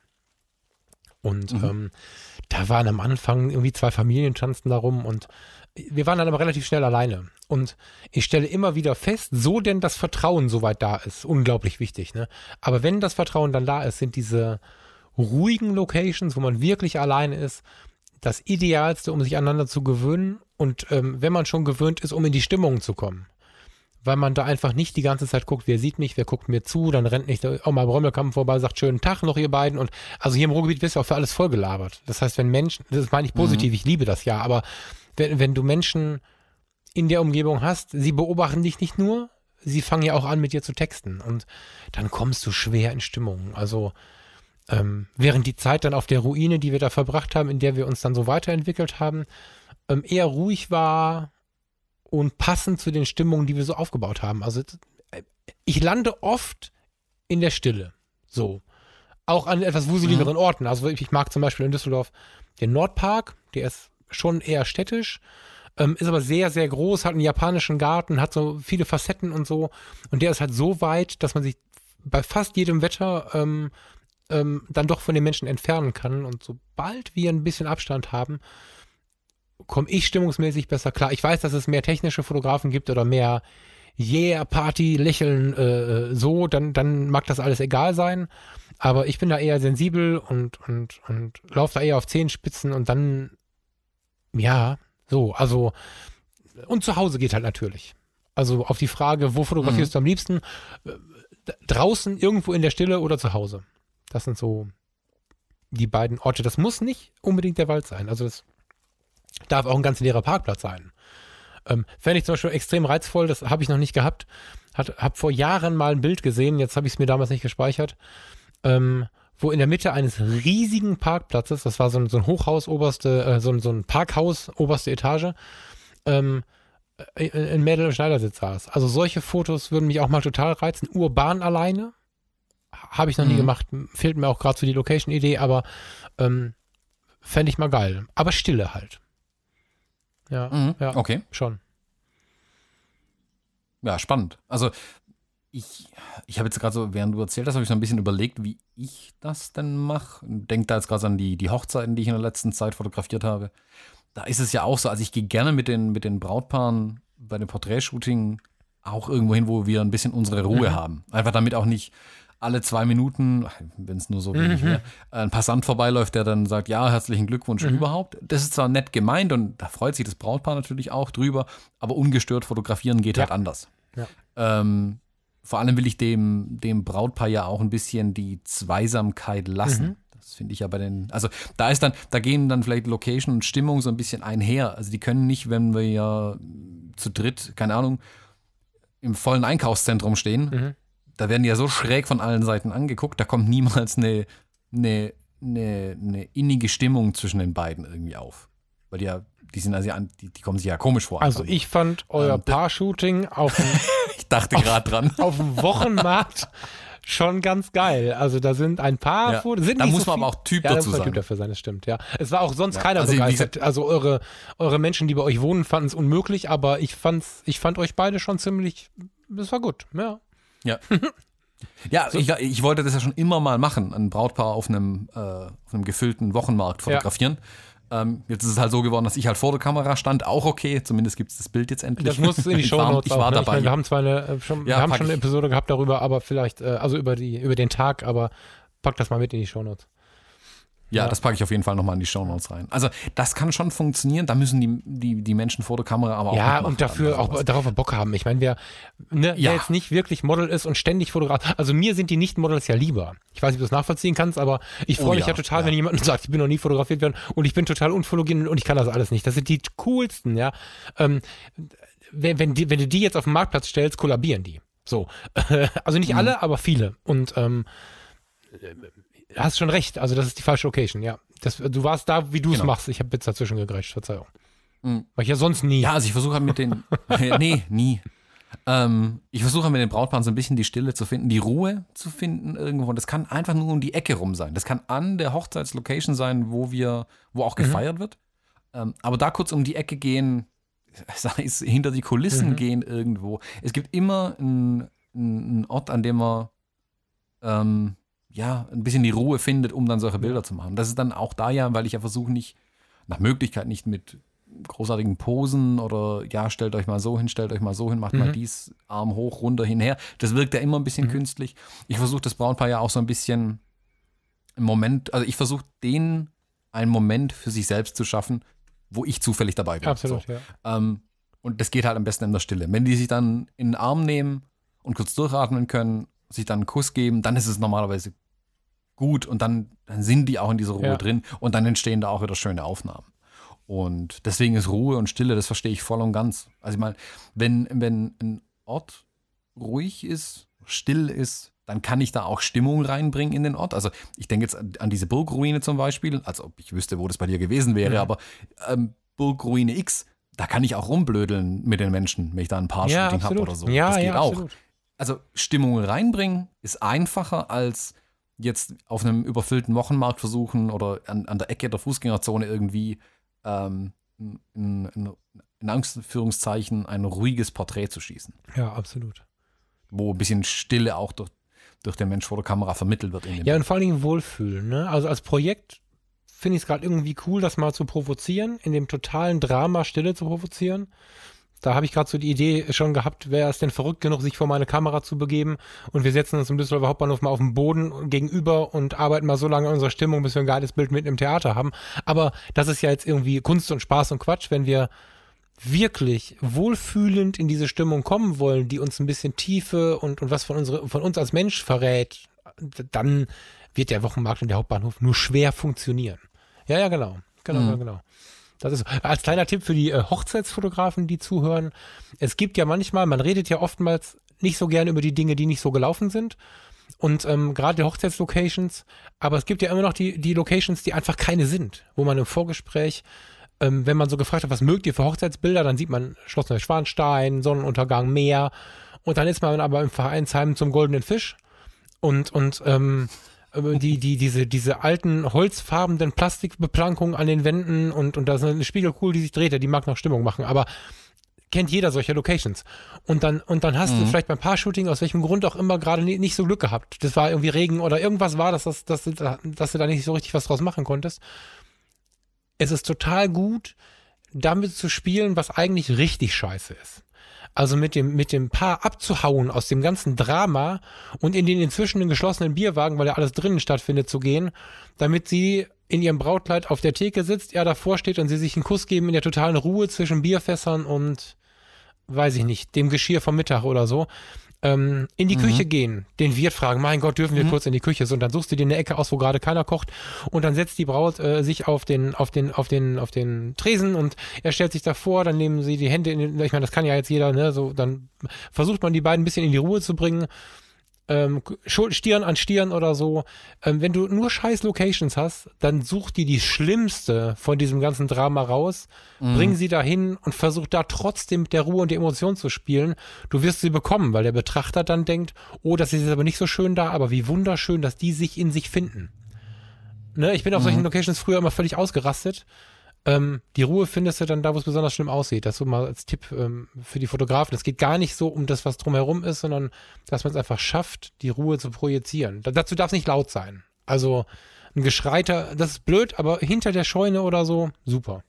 Und mhm. ähm, da waren am Anfang irgendwie zwei Familien tanzten da rum und wir waren dann aber relativ schnell alleine. Und ich stelle immer wieder fest, so denn das Vertrauen soweit da ist, unglaublich wichtig, ne? Aber wenn das Vertrauen dann da ist, sind diese ruhigen Locations, wo man wirklich alleine ist, das Idealste, um sich aneinander zu gewöhnen und ähm, wenn man schon gewöhnt ist, um in die Stimmung zu kommen. Weil man da einfach nicht die ganze Zeit guckt, wer sieht mich, wer guckt mir zu, dann rennt nicht auch mal Brömmelkamm vorbei, sagt schönen Tag noch ihr beiden und also hier im Ruhrgebiet wirst du auch für alles vollgelabert. Das heißt, wenn Menschen, das meine ich positiv, mhm. ich liebe das ja, aber wenn, wenn du Menschen in der Umgebung hast, sie beobachten dich nicht nur, sie fangen ja auch an mit dir zu texten und dann kommst du schwer in Stimmung. Also ähm, während die Zeit dann auf der Ruine, die wir da verbracht haben, in der wir uns dann so weiterentwickelt haben, ähm, eher ruhig war und passend zu den Stimmungen, die wir so aufgebaut haben. Also ich lande oft in der Stille, so. Auch an etwas wuseligeren mhm. Orten. Also ich mag zum Beispiel in Düsseldorf den Nordpark, der ist schon eher städtisch, ähm, ist aber sehr, sehr groß, hat einen japanischen Garten, hat so viele Facetten und so. Und der ist halt so weit, dass man sich bei fast jedem Wetter ähm, ähm, dann doch von den Menschen entfernen kann. Und sobald wir ein bisschen Abstand haben, komme ich stimmungsmäßig besser klar. Ich weiß, dass es mehr technische Fotografen gibt oder mehr Yeah, Party, Lächeln, äh, so, dann, dann mag das alles egal sein. Aber ich bin da eher sensibel und, und, und laufe da eher auf Zehenspitzen und dann, ja, so, also, und zu Hause geht halt natürlich. Also auf die Frage, wo fotografierst mhm. du am liebsten? Draußen, irgendwo in der Stille oder zu Hause? Das sind so die beiden Orte. Das muss nicht unbedingt der Wald sein. Also das darf auch ein ganz leerer Parkplatz sein. Ähm, fände ich zum Beispiel extrem reizvoll, das habe ich noch nicht gehabt. Habe vor Jahren mal ein Bild gesehen, jetzt habe ich es mir damals nicht gespeichert, ähm, wo in der Mitte eines riesigen Parkplatzes, das war so ein, so ein Hochhaus, oberste, äh, so, ein, so ein Parkhaus, oberste Etage, ähm, ein Mädel im Schneidersitz saß. Also solche Fotos würden mich auch mal total reizen. Urban alleine, habe ich noch mhm. nie gemacht, fehlt mir auch gerade so die Location-Idee, aber ähm, fände ich mal geil. Aber Stille halt. Ja, mhm. ja, okay. Schon. Ja, spannend. Also ich, ich habe jetzt gerade so, während du erzählt hast, habe ich so ein bisschen überlegt, wie ich das denn mache. Denke da jetzt gerade an die, die Hochzeiten, die ich in der letzten Zeit fotografiert habe. Da ist es ja auch so, also ich gehe gerne mit den, mit den Brautpaaren bei dem Porträtshooting auch irgendwo hin, wo wir ein bisschen unsere Ruhe mhm. haben. Einfach damit auch nicht alle zwei Minuten, wenn es nur so wenig mhm. wäre, ein Passant vorbeiläuft, der dann sagt, ja, herzlichen Glückwunsch mhm. überhaupt. Das ist zwar nett gemeint und da freut sich das Brautpaar natürlich auch drüber, aber ungestört fotografieren geht ja. halt anders. Ja. Ähm, vor allem will ich dem, dem Brautpaar ja auch ein bisschen die Zweisamkeit lassen. Mhm. Das finde ich ja bei den, also da ist dann, da gehen dann vielleicht Location und Stimmung so ein bisschen einher. Also die können nicht, wenn wir ja zu dritt, keine Ahnung, im vollen Einkaufszentrum stehen, mhm. da werden die ja so schräg von allen Seiten angeguckt, da kommt niemals eine, eine, eine, eine innige Stimmung zwischen den beiden irgendwie auf. Weil die ja, die sind also, die, die kommen sich ja komisch vor. Also ich fand euer ähm, Paar-Shooting auf dem Ich dachte gerade dran. Auf dem Wochenmarkt schon ganz geil. Also da sind ein paar ja. Fotos. Sind da nicht muss so man viel, aber auch Typ ja, dazu da muss man sein. Typ dafür sein, das stimmt, ja. Es war auch sonst ja, keiner also begeistert. Also eure, eure Menschen, die bei euch wohnen, fanden es unmöglich, aber ich fand's, ich fand euch beide schon ziemlich, das war gut, ja. Ja. Ja, so. ich, ich wollte das ja schon immer mal machen, ein Brautpaar auf einem, äh, auf einem gefüllten Wochenmarkt fotografieren. Ja. Ähm, jetzt ist es halt so geworden, dass ich halt vor der Kamera stand, auch okay, zumindest gibt es das Bild jetzt endlich. Das muss in die Shownotes ich war auch, ne? dabei. Ich meine, wir haben zwar eine, äh, schon, ja, wir haben schon eine ich. Episode gehabt darüber, aber vielleicht, äh, also über, die, über den Tag, aber pack das mal mit in die Shownotes. Ja, ja, das packe ich auf jeden Fall nochmal in die Shownotes rein. Also das kann schon funktionieren, da müssen die, die, die Menschen vor der Kamera aber auch ja, und dafür auch sowas. Darauf Bock haben. Ich meine, wer, ne, ja. wer jetzt nicht wirklich Model ist und ständig fotografiert, also mir sind die Nicht-Models ja lieber. Ich weiß nicht, ob du das nachvollziehen kannst, aber ich freue oh, mich ja, ja total, ja. wenn jemand sagt, ich bin noch nie fotografiert worden und ich bin total unfotogen und ich kann das alles nicht. Das sind die coolsten, ja. Ähm, wenn, wenn, die, wenn du die jetzt auf den Marktplatz stellst, kollabieren die. So. Also nicht mhm. alle, aber viele. Und ähm, hast schon recht, also das ist die falsche Location, ja. Das, du warst da, wie du es genau. machst. Ich habe jetzt dazwischen gegrätscht, Verzeihung. Mhm. Weil ich ja sonst nie. Ja, also ich versuche halt mit den, nee, nie. Ähm, ich versuche halt mit den Brautpaaren so ein bisschen die Stille zu finden, die Ruhe zu finden irgendwo. Und das kann einfach nur um die Ecke rum sein. Das kann an der Hochzeitslocation sein, wo wir, wo auch gefeiert mhm. wird. Ähm, aber da kurz um die Ecke gehen, sei es hinter die Kulissen mhm. gehen irgendwo. Es gibt immer einen, einen Ort, an dem man ähm, ja, ein bisschen die Ruhe findet, um dann solche Bilder zu machen. Das ist dann auch da ja, weil ich ja versuche nicht, nach Möglichkeit nicht mit großartigen Posen oder ja, stellt euch mal so hin, stellt euch mal so hin, macht mhm. mal dies, Arm hoch, runter, hinher. Das wirkt ja immer ein bisschen mhm. künstlich. Ich versuche das Brautpaar ja auch so ein bisschen im Moment, also ich versuche denen einen Moment für sich selbst zu schaffen, wo ich zufällig dabei bin. Absolut, so. ja. Ähm, und das geht halt am besten in der Stille. Wenn die sich dann in den Arm nehmen und kurz durchatmen können, sich dann einen Kuss geben, dann ist es normalerweise gut und dann, dann sind die auch in dieser Ruhe ja. drin und dann entstehen da auch wieder schöne Aufnahmen. Und deswegen ist Ruhe und Stille, das verstehe ich voll und ganz. Also ich meine, wenn, wenn ein Ort ruhig ist, still ist, dann kann ich da auch Stimmung reinbringen in den Ort. Also ich denke jetzt an, an diese Burgruine zum Beispiel, als ob ich wüsste, wo das bei dir gewesen wäre, ja. aber ähm, Burgruine X, da kann ich auch rumblödeln mit den Menschen, wenn ich da ein Paar-Shooting ja, habe oder so. Ja, das geht ja, auch. Absolut. Also Stimmung reinbringen ist einfacher als jetzt auf einem überfüllten Wochenmarkt versuchen oder an, an der Ecke der Fußgängerzone irgendwie ähm, in, in, in Anführungszeichen ein ruhiges Porträt zu schießen. Ja, absolut. Wo ein bisschen Stille auch durch, durch den Mensch vor der Kamera vermittelt wird. In dem ja, Bild. Und vor allen Dingen Wohlfühlen. Ne? Also als Projekt finde ich es gerade irgendwie cool, das mal zu provozieren, in dem totalen Drama Stille zu provozieren. Da habe ich gerade so die Idee schon gehabt, wäre es denn verrückt genug, sich vor meine Kamera zu begeben und wir setzen uns im Düsseldorfer Hauptbahnhof mal auf den Boden gegenüber und arbeiten mal so lange an unserer Stimmung, bis wir ein geiles Bild mitten im Theater haben. Aber das ist ja jetzt irgendwie Kunst und Spaß und Quatsch, wenn wir wirklich wohlfühlend in diese Stimmung kommen wollen, die uns ein bisschen Tiefe und, und was von, unsere, von uns als Mensch verrät, dann wird der Wochenmarkt und der Hauptbahnhof nur schwer funktionieren. Ja, ja, genau. Genau, mhm. genau. Das ist als kleiner Tipp für die äh, Hochzeitsfotografen, die zuhören. Es gibt ja manchmal, man redet ja oftmals nicht so gerne über die Dinge, die nicht so gelaufen sind. Und ähm, gerade die Hochzeitslocations, aber es gibt ja immer noch die, die Locations, die einfach keine sind, wo man im Vorgespräch, ähm, wenn man so gefragt hat, was mögt ihr für Hochzeitsbilder, dann sieht man Schloss Neuschwanstein, Sonnenuntergang, Meer und dann ist man aber im Vereinsheim zum Goldenen Fisch und, und ähm, Die, die, diese, diese alten holzfarbenen Plastikbeplankungen an den Wänden und, und da ist eine Spiegelkugel, die sich dreht, die mag noch Stimmung machen, aber kennt jeder solche Locations. Und dann, und dann hast mhm. du vielleicht beim Paar-Shooting aus welchem Grund auch immer gerade nie, nicht so Glück gehabt. Das war irgendwie Regen oder irgendwas war, dass, das, dass, dass, dass du da nicht so richtig was draus machen konntest. Es ist total gut, damit zu spielen, was eigentlich richtig scheiße ist. Also mit dem, mit dem Paar abzuhauen aus dem ganzen Drama und in den inzwischen geschlossenen Bierwagen, weil ja alles drinnen stattfindet, zu gehen, damit sie in ihrem Brautkleid auf der Theke sitzt, er davor steht und sie sich einen Kuss geben in der totalen Ruhe zwischen Bierfässern und, weiß ich nicht, dem Geschirr vom Mittag oder so. Ähm, in die mhm. Küche gehen, den Wirt fragen, mein Gott, dürfen wir mhm. kurz in die Küche? So, und dann suchst du dir eine Ecke aus, wo gerade keiner kocht, und dann setzt die Braut äh, sich auf den, auf den, auf den, auf den Tresen und er stellt sich davor, dann nehmen sie die Hände in den, ich meine, das kann ja jetzt jeder, ne, so, dann versucht man die beiden ein bisschen in die Ruhe zu bringen, ähm, Stirn an Stirn oder so. Ähm, wenn du nur scheiß Locations hast, dann such dir die schlimmste von diesem ganzen Drama raus, mhm. bring sie dahin und versuch da trotzdem mit der Ruhe und der Emotion zu spielen. Du wirst sie bekommen, weil der Betrachter dann denkt, oh, das ist jetzt aber nicht so schön da, aber wie wunderschön, dass die sich in sich finden. Ne, ich bin auf mhm. solchen Locations früher immer völlig ausgerastet. Ähm, die Ruhe findest du dann da, wo es besonders schlimm aussieht. Das so mal als Tipp ähm, für die Fotografen. Es geht gar nicht so um das, was drumherum ist, sondern dass man es einfach schafft, die Ruhe zu projizieren. Da, dazu darf es nicht laut sein. Also ein Geschreiter, das ist blöd, aber hinter der Scheune oder so, super.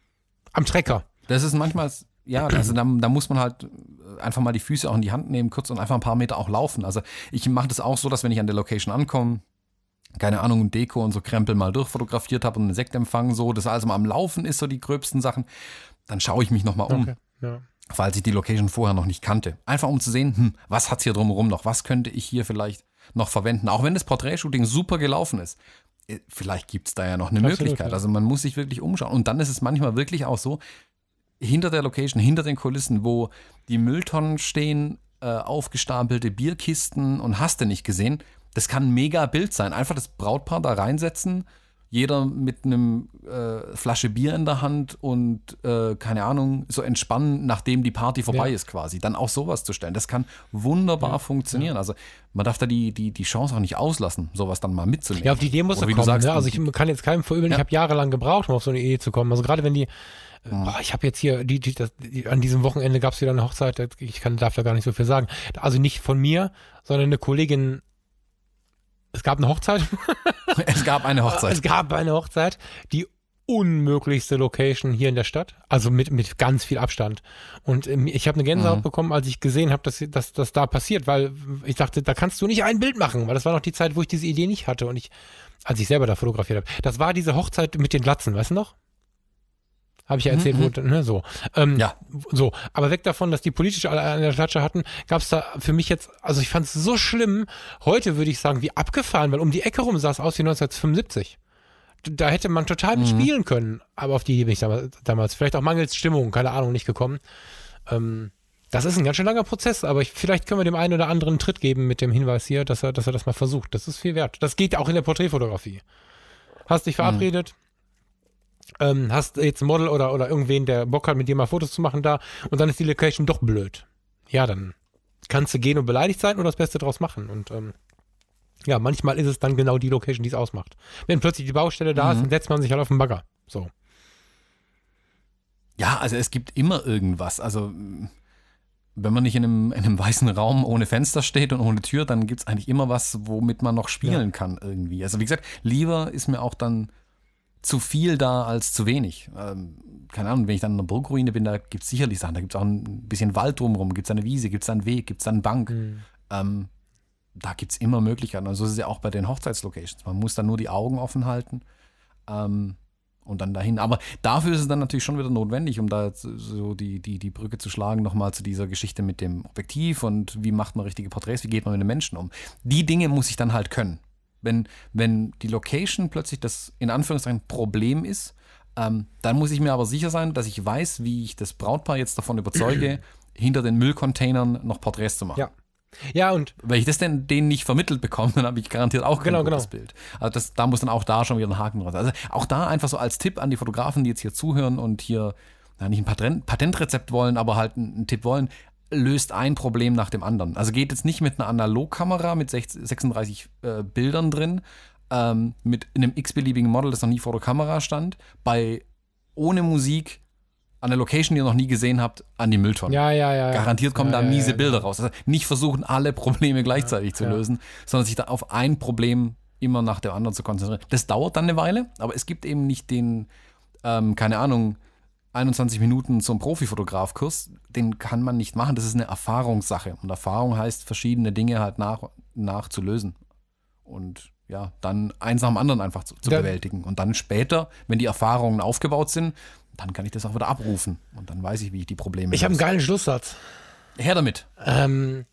Am Trecker. Das ist manchmal, ja, also da, da muss man halt einfach mal die Füße auch in die Hand nehmen, kurz und einfach ein paar Meter auch laufen. Also ich mache das auch so, dass wenn ich an der Location ankomme, keine Ahnung, Deko und so Krempel mal durchfotografiert habe und einen Sektempfang so, das alles mal am Laufen ist, so die gröbsten Sachen, dann schaue ich mich nochmal um, okay, ja. falls ich die Location vorher noch nicht kannte. Einfach um zu sehen, hm, was hat's hier drumherum noch, was könnte ich hier vielleicht noch verwenden, auch wenn das Porträtshooting super gelaufen ist. Vielleicht gibt's da ja noch eine Absolut, Möglichkeit, ja. Also man muss sich wirklich umschauen und dann ist es manchmal wirklich auch so, hinter der Location, hinter den Kulissen, wo die Mülltonnen stehen, äh, aufgestapelte Bierkisten und hast du nicht gesehen. Das kann ein mega Bild sein. Einfach das Brautpaar da reinsetzen, jeder mit einem äh, Flasche Bier in der Hand und, äh, keine Ahnung, so entspannen, nachdem die Party vorbei ja. ist quasi. Dann auch sowas zu stellen. Das kann wunderbar ja. funktionieren. Ja. Also man darf da die, die, die Chance auch nicht auslassen, sowas dann mal mitzunehmen. Ja, auf die Idee muss er kommen. Sagst, ne? Also ich kann jetzt keinem verübeln, ja. ich habe jahrelang gebraucht, um auf so eine Idee zu kommen. Also gerade wenn die Mhm. Boah, ich habe jetzt hier, die, die, das, die, an diesem Wochenende gab es wieder eine Hochzeit, ich kann, darf da gar nicht so viel sagen. Also nicht von mir, sondern eine Kollegin. Es gab eine Hochzeit. Es gab eine Hochzeit. Es gab eine Hochzeit. Die unmöglichste Location hier in der Stadt. Also mit, mit ganz viel Abstand. Und ähm, ich habe eine Gänsehaut mhm. bekommen, als ich gesehen habe, dass, dass das da passiert, weil ich dachte, da kannst du nicht ein Bild machen, weil das war noch die Zeit, wo ich diese Idee nicht hatte und ich, als ich selber da fotografiert habe. Das war diese Hochzeit mit den Glatzen, weißt du noch? Habe ich ja erzählt, mhm. wo, ne, so. Ähm, ja. So, aber weg davon, dass die politisch alle an der Klatsche hatten, gab es da für mich jetzt, also ich fand es so schlimm, heute würde ich sagen, wie abgefahren, weil um die Ecke rum sah es aus wie neunzehnhundertfünfundsiebzig. Da hätte man total mit mhm. spielen können, aber auf die Idee bin ich damals, damals, vielleicht auch mangels Stimmung, keine Ahnung, nicht gekommen. Ähm, das ist ein ganz schön langer Prozess, aber ich, vielleicht können wir dem einen oder anderen einen Tritt geben mit dem Hinweis hier, dass er, dass er das mal versucht. Das ist viel wert. Das geht auch in der Porträtfotografie. Hast dich verabredet, mhm. Ähm, hast jetzt ein Model oder, oder irgendwen, der Bock hat, mit dir mal Fotos zu machen da und dann ist die Location doch blöd. Ja, dann kannst du gehen und beleidigt sein oder das Beste draus machen. Und ähm, ja, manchmal ist es dann genau die Location, die es ausmacht. Wenn plötzlich die Baustelle da mhm. ist, dann setzt man sich halt auf den Bagger. So. Ja, also es gibt immer irgendwas. Also wenn man nicht in einem, in einem weißen Raum ohne Fenster steht und ohne Tür, dann gibt es eigentlich immer was, womit man noch spielen ja. kann irgendwie. Also wie gesagt, lieber ist mir auch dann zu viel da als zu wenig. Ähm, keine Ahnung, wenn ich dann in einer Burgruine bin, da gibt es sicherlich Sachen, da gibt es auch ein bisschen Wald drumherum, gibt es eine Wiese, gibt es einen Weg, gibt es eine Bank. Mhm. Ähm, da gibt es immer Möglichkeiten. Und so ist es ja auch bei den Hochzeitslocations. Man muss dann nur die Augen offen halten ähm, und dann dahin. Aber dafür ist es dann natürlich schon wieder notwendig, um da so die, die, die Brücke zu schlagen, nochmal zu dieser Geschichte mit dem Objektiv und wie macht man richtige Porträts, wie geht man mit den Menschen um. Die Dinge muss ich dann halt können. Wenn, wenn die Location plötzlich das in Anführungszeichen Problem ist, ähm, dann muss ich mir aber sicher sein, dass ich weiß, wie ich das Brautpaar jetzt davon überzeuge, hinter den Müllcontainern noch Porträts zu machen. Ja. Ja, und wenn ich das denn denen nicht vermittelt bekomme, dann habe ich garantiert auch kein genau, gutes genau. Bild. Also das, da muss dann auch da schon wieder ein Haken draus sein. Also auch da einfach so als Tipp an die Fotografen, die jetzt hier zuhören und hier na, nicht ein Patent, Patentrezept wollen, aber halt einen, einen Tipp wollen, löst ein Problem nach dem anderen. Also geht jetzt nicht mit einer Analogkamera mit sechsunddreißig äh, Bildern drin, ähm, mit einem x-beliebigen Model, das noch nie vor der Kamera stand, bei ohne Musik an der Location, die ihr noch nie gesehen habt, an die Mülltonne. Ja, ja, ja. Garantiert kommen ja, da ja, miese ja, Bilder genau. raus. Also nicht versuchen, alle Probleme gleichzeitig ja, zu ja. lösen, sondern sich da auf ein Problem immer nach dem anderen zu konzentrieren. Das dauert dann eine Weile, aber es gibt eben nicht den, ähm, keine Ahnung, einundzwanzig Minuten zum Profifotografkurs, den kann man nicht machen. Das ist eine Erfahrungssache. Und Erfahrung heißt, verschiedene Dinge halt nach, nach zu lösen. Und ja, dann eins nach dem anderen einfach zu, zu bewältigen. Und dann später, wenn die Erfahrungen aufgebaut sind, dann kann ich das auch wieder abrufen. Und dann weiß ich, wie ich die Probleme löse. Ich habe einen geilen Schlusssatz. Her damit. Ähm,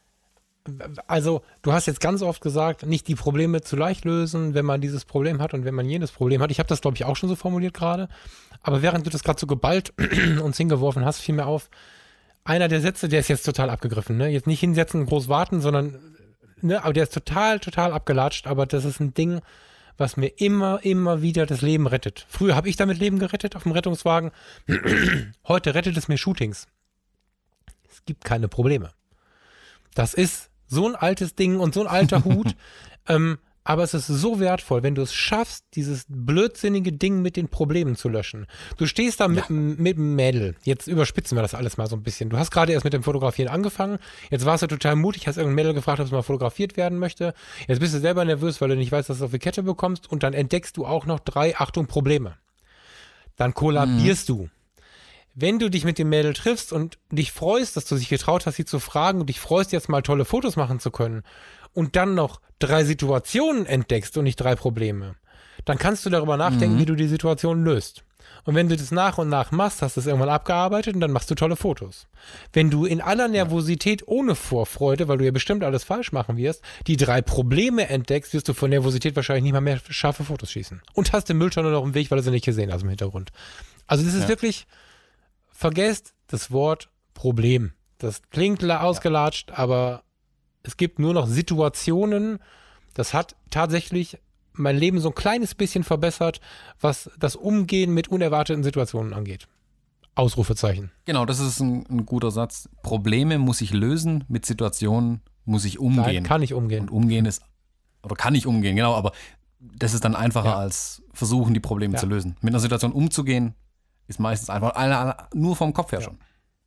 also, du hast jetzt ganz oft gesagt, nicht die Probleme zu leicht lösen, wenn man dieses Problem hat und wenn man jenes Problem hat. Ich habe das, glaube ich, auch schon so formuliert gerade. Aber während du das gerade so geballt uns hingeworfen hast, fiel mir auf, einer der Sätze, der ist jetzt total abgegriffen. Ne? Jetzt nicht hinsetzen, groß warten, sondern, ne, aber der ist total, total abgelatscht. Aber das ist ein Ding, was mir immer, immer wieder das Leben rettet. Früher habe ich damit Leben gerettet auf dem Rettungswagen. Heute rettet es mir Shootings. Es gibt keine Probleme. Das ist so ein altes Ding und so ein alter Hut. ähm, aber es ist so wertvoll, wenn du es schaffst, dieses blödsinnige Ding mit den Problemen zu löschen. Du stehst da mit, ja. mit einem Mädel. Jetzt überspitzen wir das alles mal so ein bisschen. Du hast gerade erst mit dem Fotografieren angefangen. Jetzt warst du total mutig, hast irgendein Mädel gefragt, ob es mal fotografiert werden möchte. Jetzt bist du selber nervös, weil du nicht weißt, dass du es auf die Kette bekommst. Und dann entdeckst du auch noch drei, Achtung, Probleme. Dann kollabierst mhm. du. Wenn du dich mit dem Mädel triffst und dich freust, dass du dich getraut hast, sie zu fragen und dich freust, jetzt mal tolle Fotos machen zu können und dann noch drei Situationen entdeckst und nicht drei Probleme, dann kannst du darüber nachdenken, mhm. wie du die Situation löst. Und wenn du das nach und nach machst, hast du es irgendwann abgearbeitet und dann machst du tolle Fotos. Wenn du in aller Nervosität ohne Vorfreude, weil du ja bestimmt alles falsch machen wirst, die drei Probleme entdeckst, wirst du von Nervosität wahrscheinlich nicht mal mehr scharfe Fotos schießen. Und hast den Mülltonne noch im Weg, weil du sie nicht gesehen hast im Hintergrund. Also das ist ja. wirklich... Vergesst das Wort Problem. Das klingt ausgelatscht, ja. aber es gibt nur noch Situationen. Das hat tatsächlich mein Leben so ein kleines bisschen verbessert, was das Umgehen mit unerwarteten Situationen angeht. Ausrufezeichen. Genau, das ist ein, ein guter Satz. Probleme muss ich lösen, mit Situationen muss ich umgehen. Nein, kann ich umgehen. Und umgehen ist, oder kann ich umgehen, genau, aber das ist dann einfacher ja. als versuchen, die Probleme ja. zu lösen. Mit einer Situation umzugehen, ist meistens einfach nur vom Kopf her ja. schon.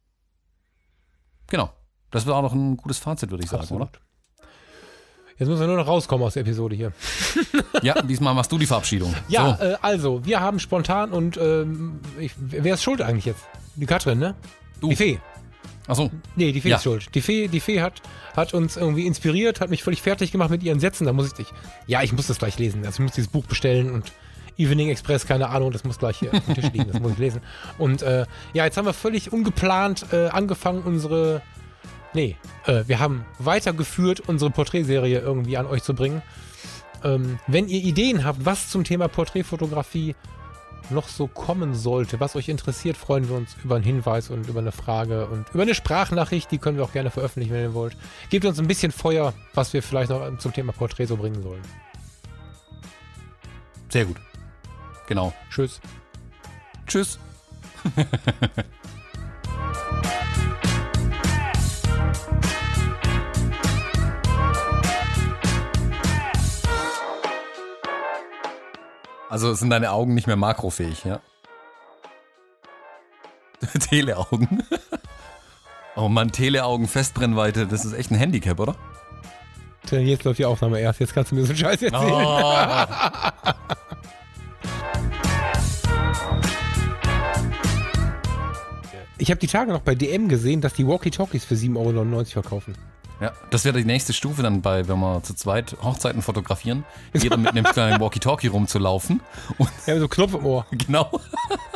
Genau. Das wäre auch noch ein gutes Fazit, würde ich sagen, Absolut. Oder? Jetzt müssen wir nur noch rauskommen aus der Episode hier. Ja, diesmal machst du die Verabschiedung. Ja, so. äh, also, wir haben spontan und ähm, ich, wer ist schuld eigentlich jetzt? Die Katrin, ne? Du. Die Fee. Ach so. Nee, die Fee ja. ist schuld. Die Fee, die Fee hat, hat uns irgendwie inspiriert, hat mich völlig fertig gemacht mit ihren Sätzen. Da muss ich dich. Ja, ich muss das gleich lesen. Also ich muss dieses Buch bestellen und Evening Express, keine Ahnung, das muss gleich hier auf dem Tisch liegen, das muss ich lesen. Und äh, ja, jetzt haben wir völlig ungeplant äh, angefangen, unsere, nee, äh, wir haben weitergeführt, unsere Porträtserie irgendwie an euch zu bringen. Ähm, wenn ihr Ideen habt, was zum Thema Porträtfotografie noch so kommen sollte, was euch interessiert, freuen wir uns über einen Hinweis und über eine Frage und über eine Sprachnachricht, die können wir auch gerne veröffentlichen, wenn ihr wollt. Gebt uns ein bisschen Feuer, was wir vielleicht noch zum Thema Porträt so bringen sollen. Sehr gut. Genau. Tschüss. Tschüss. Also sind deine Augen nicht mehr makrofähig, ja? Teleaugen. Oh Mann, Teleaugen, Festbrennweite, das ist echt ein Handicap, oder? Jetzt läuft die Aufnahme erst, jetzt kannst du mir so einen Scheiß erzählen. Oh. Ich habe die Tage noch bei D M gesehen, dass die Walkie-Talkies für sieben Euro neunundneunzig verkaufen. Ja, das wäre die nächste Stufe dann bei, wenn wir zu zweit Hochzeiten fotografieren, jeder mit einem kleinen Walkie-Talkie rumzulaufen. Und ja, so Knopf im Ohr. Genau.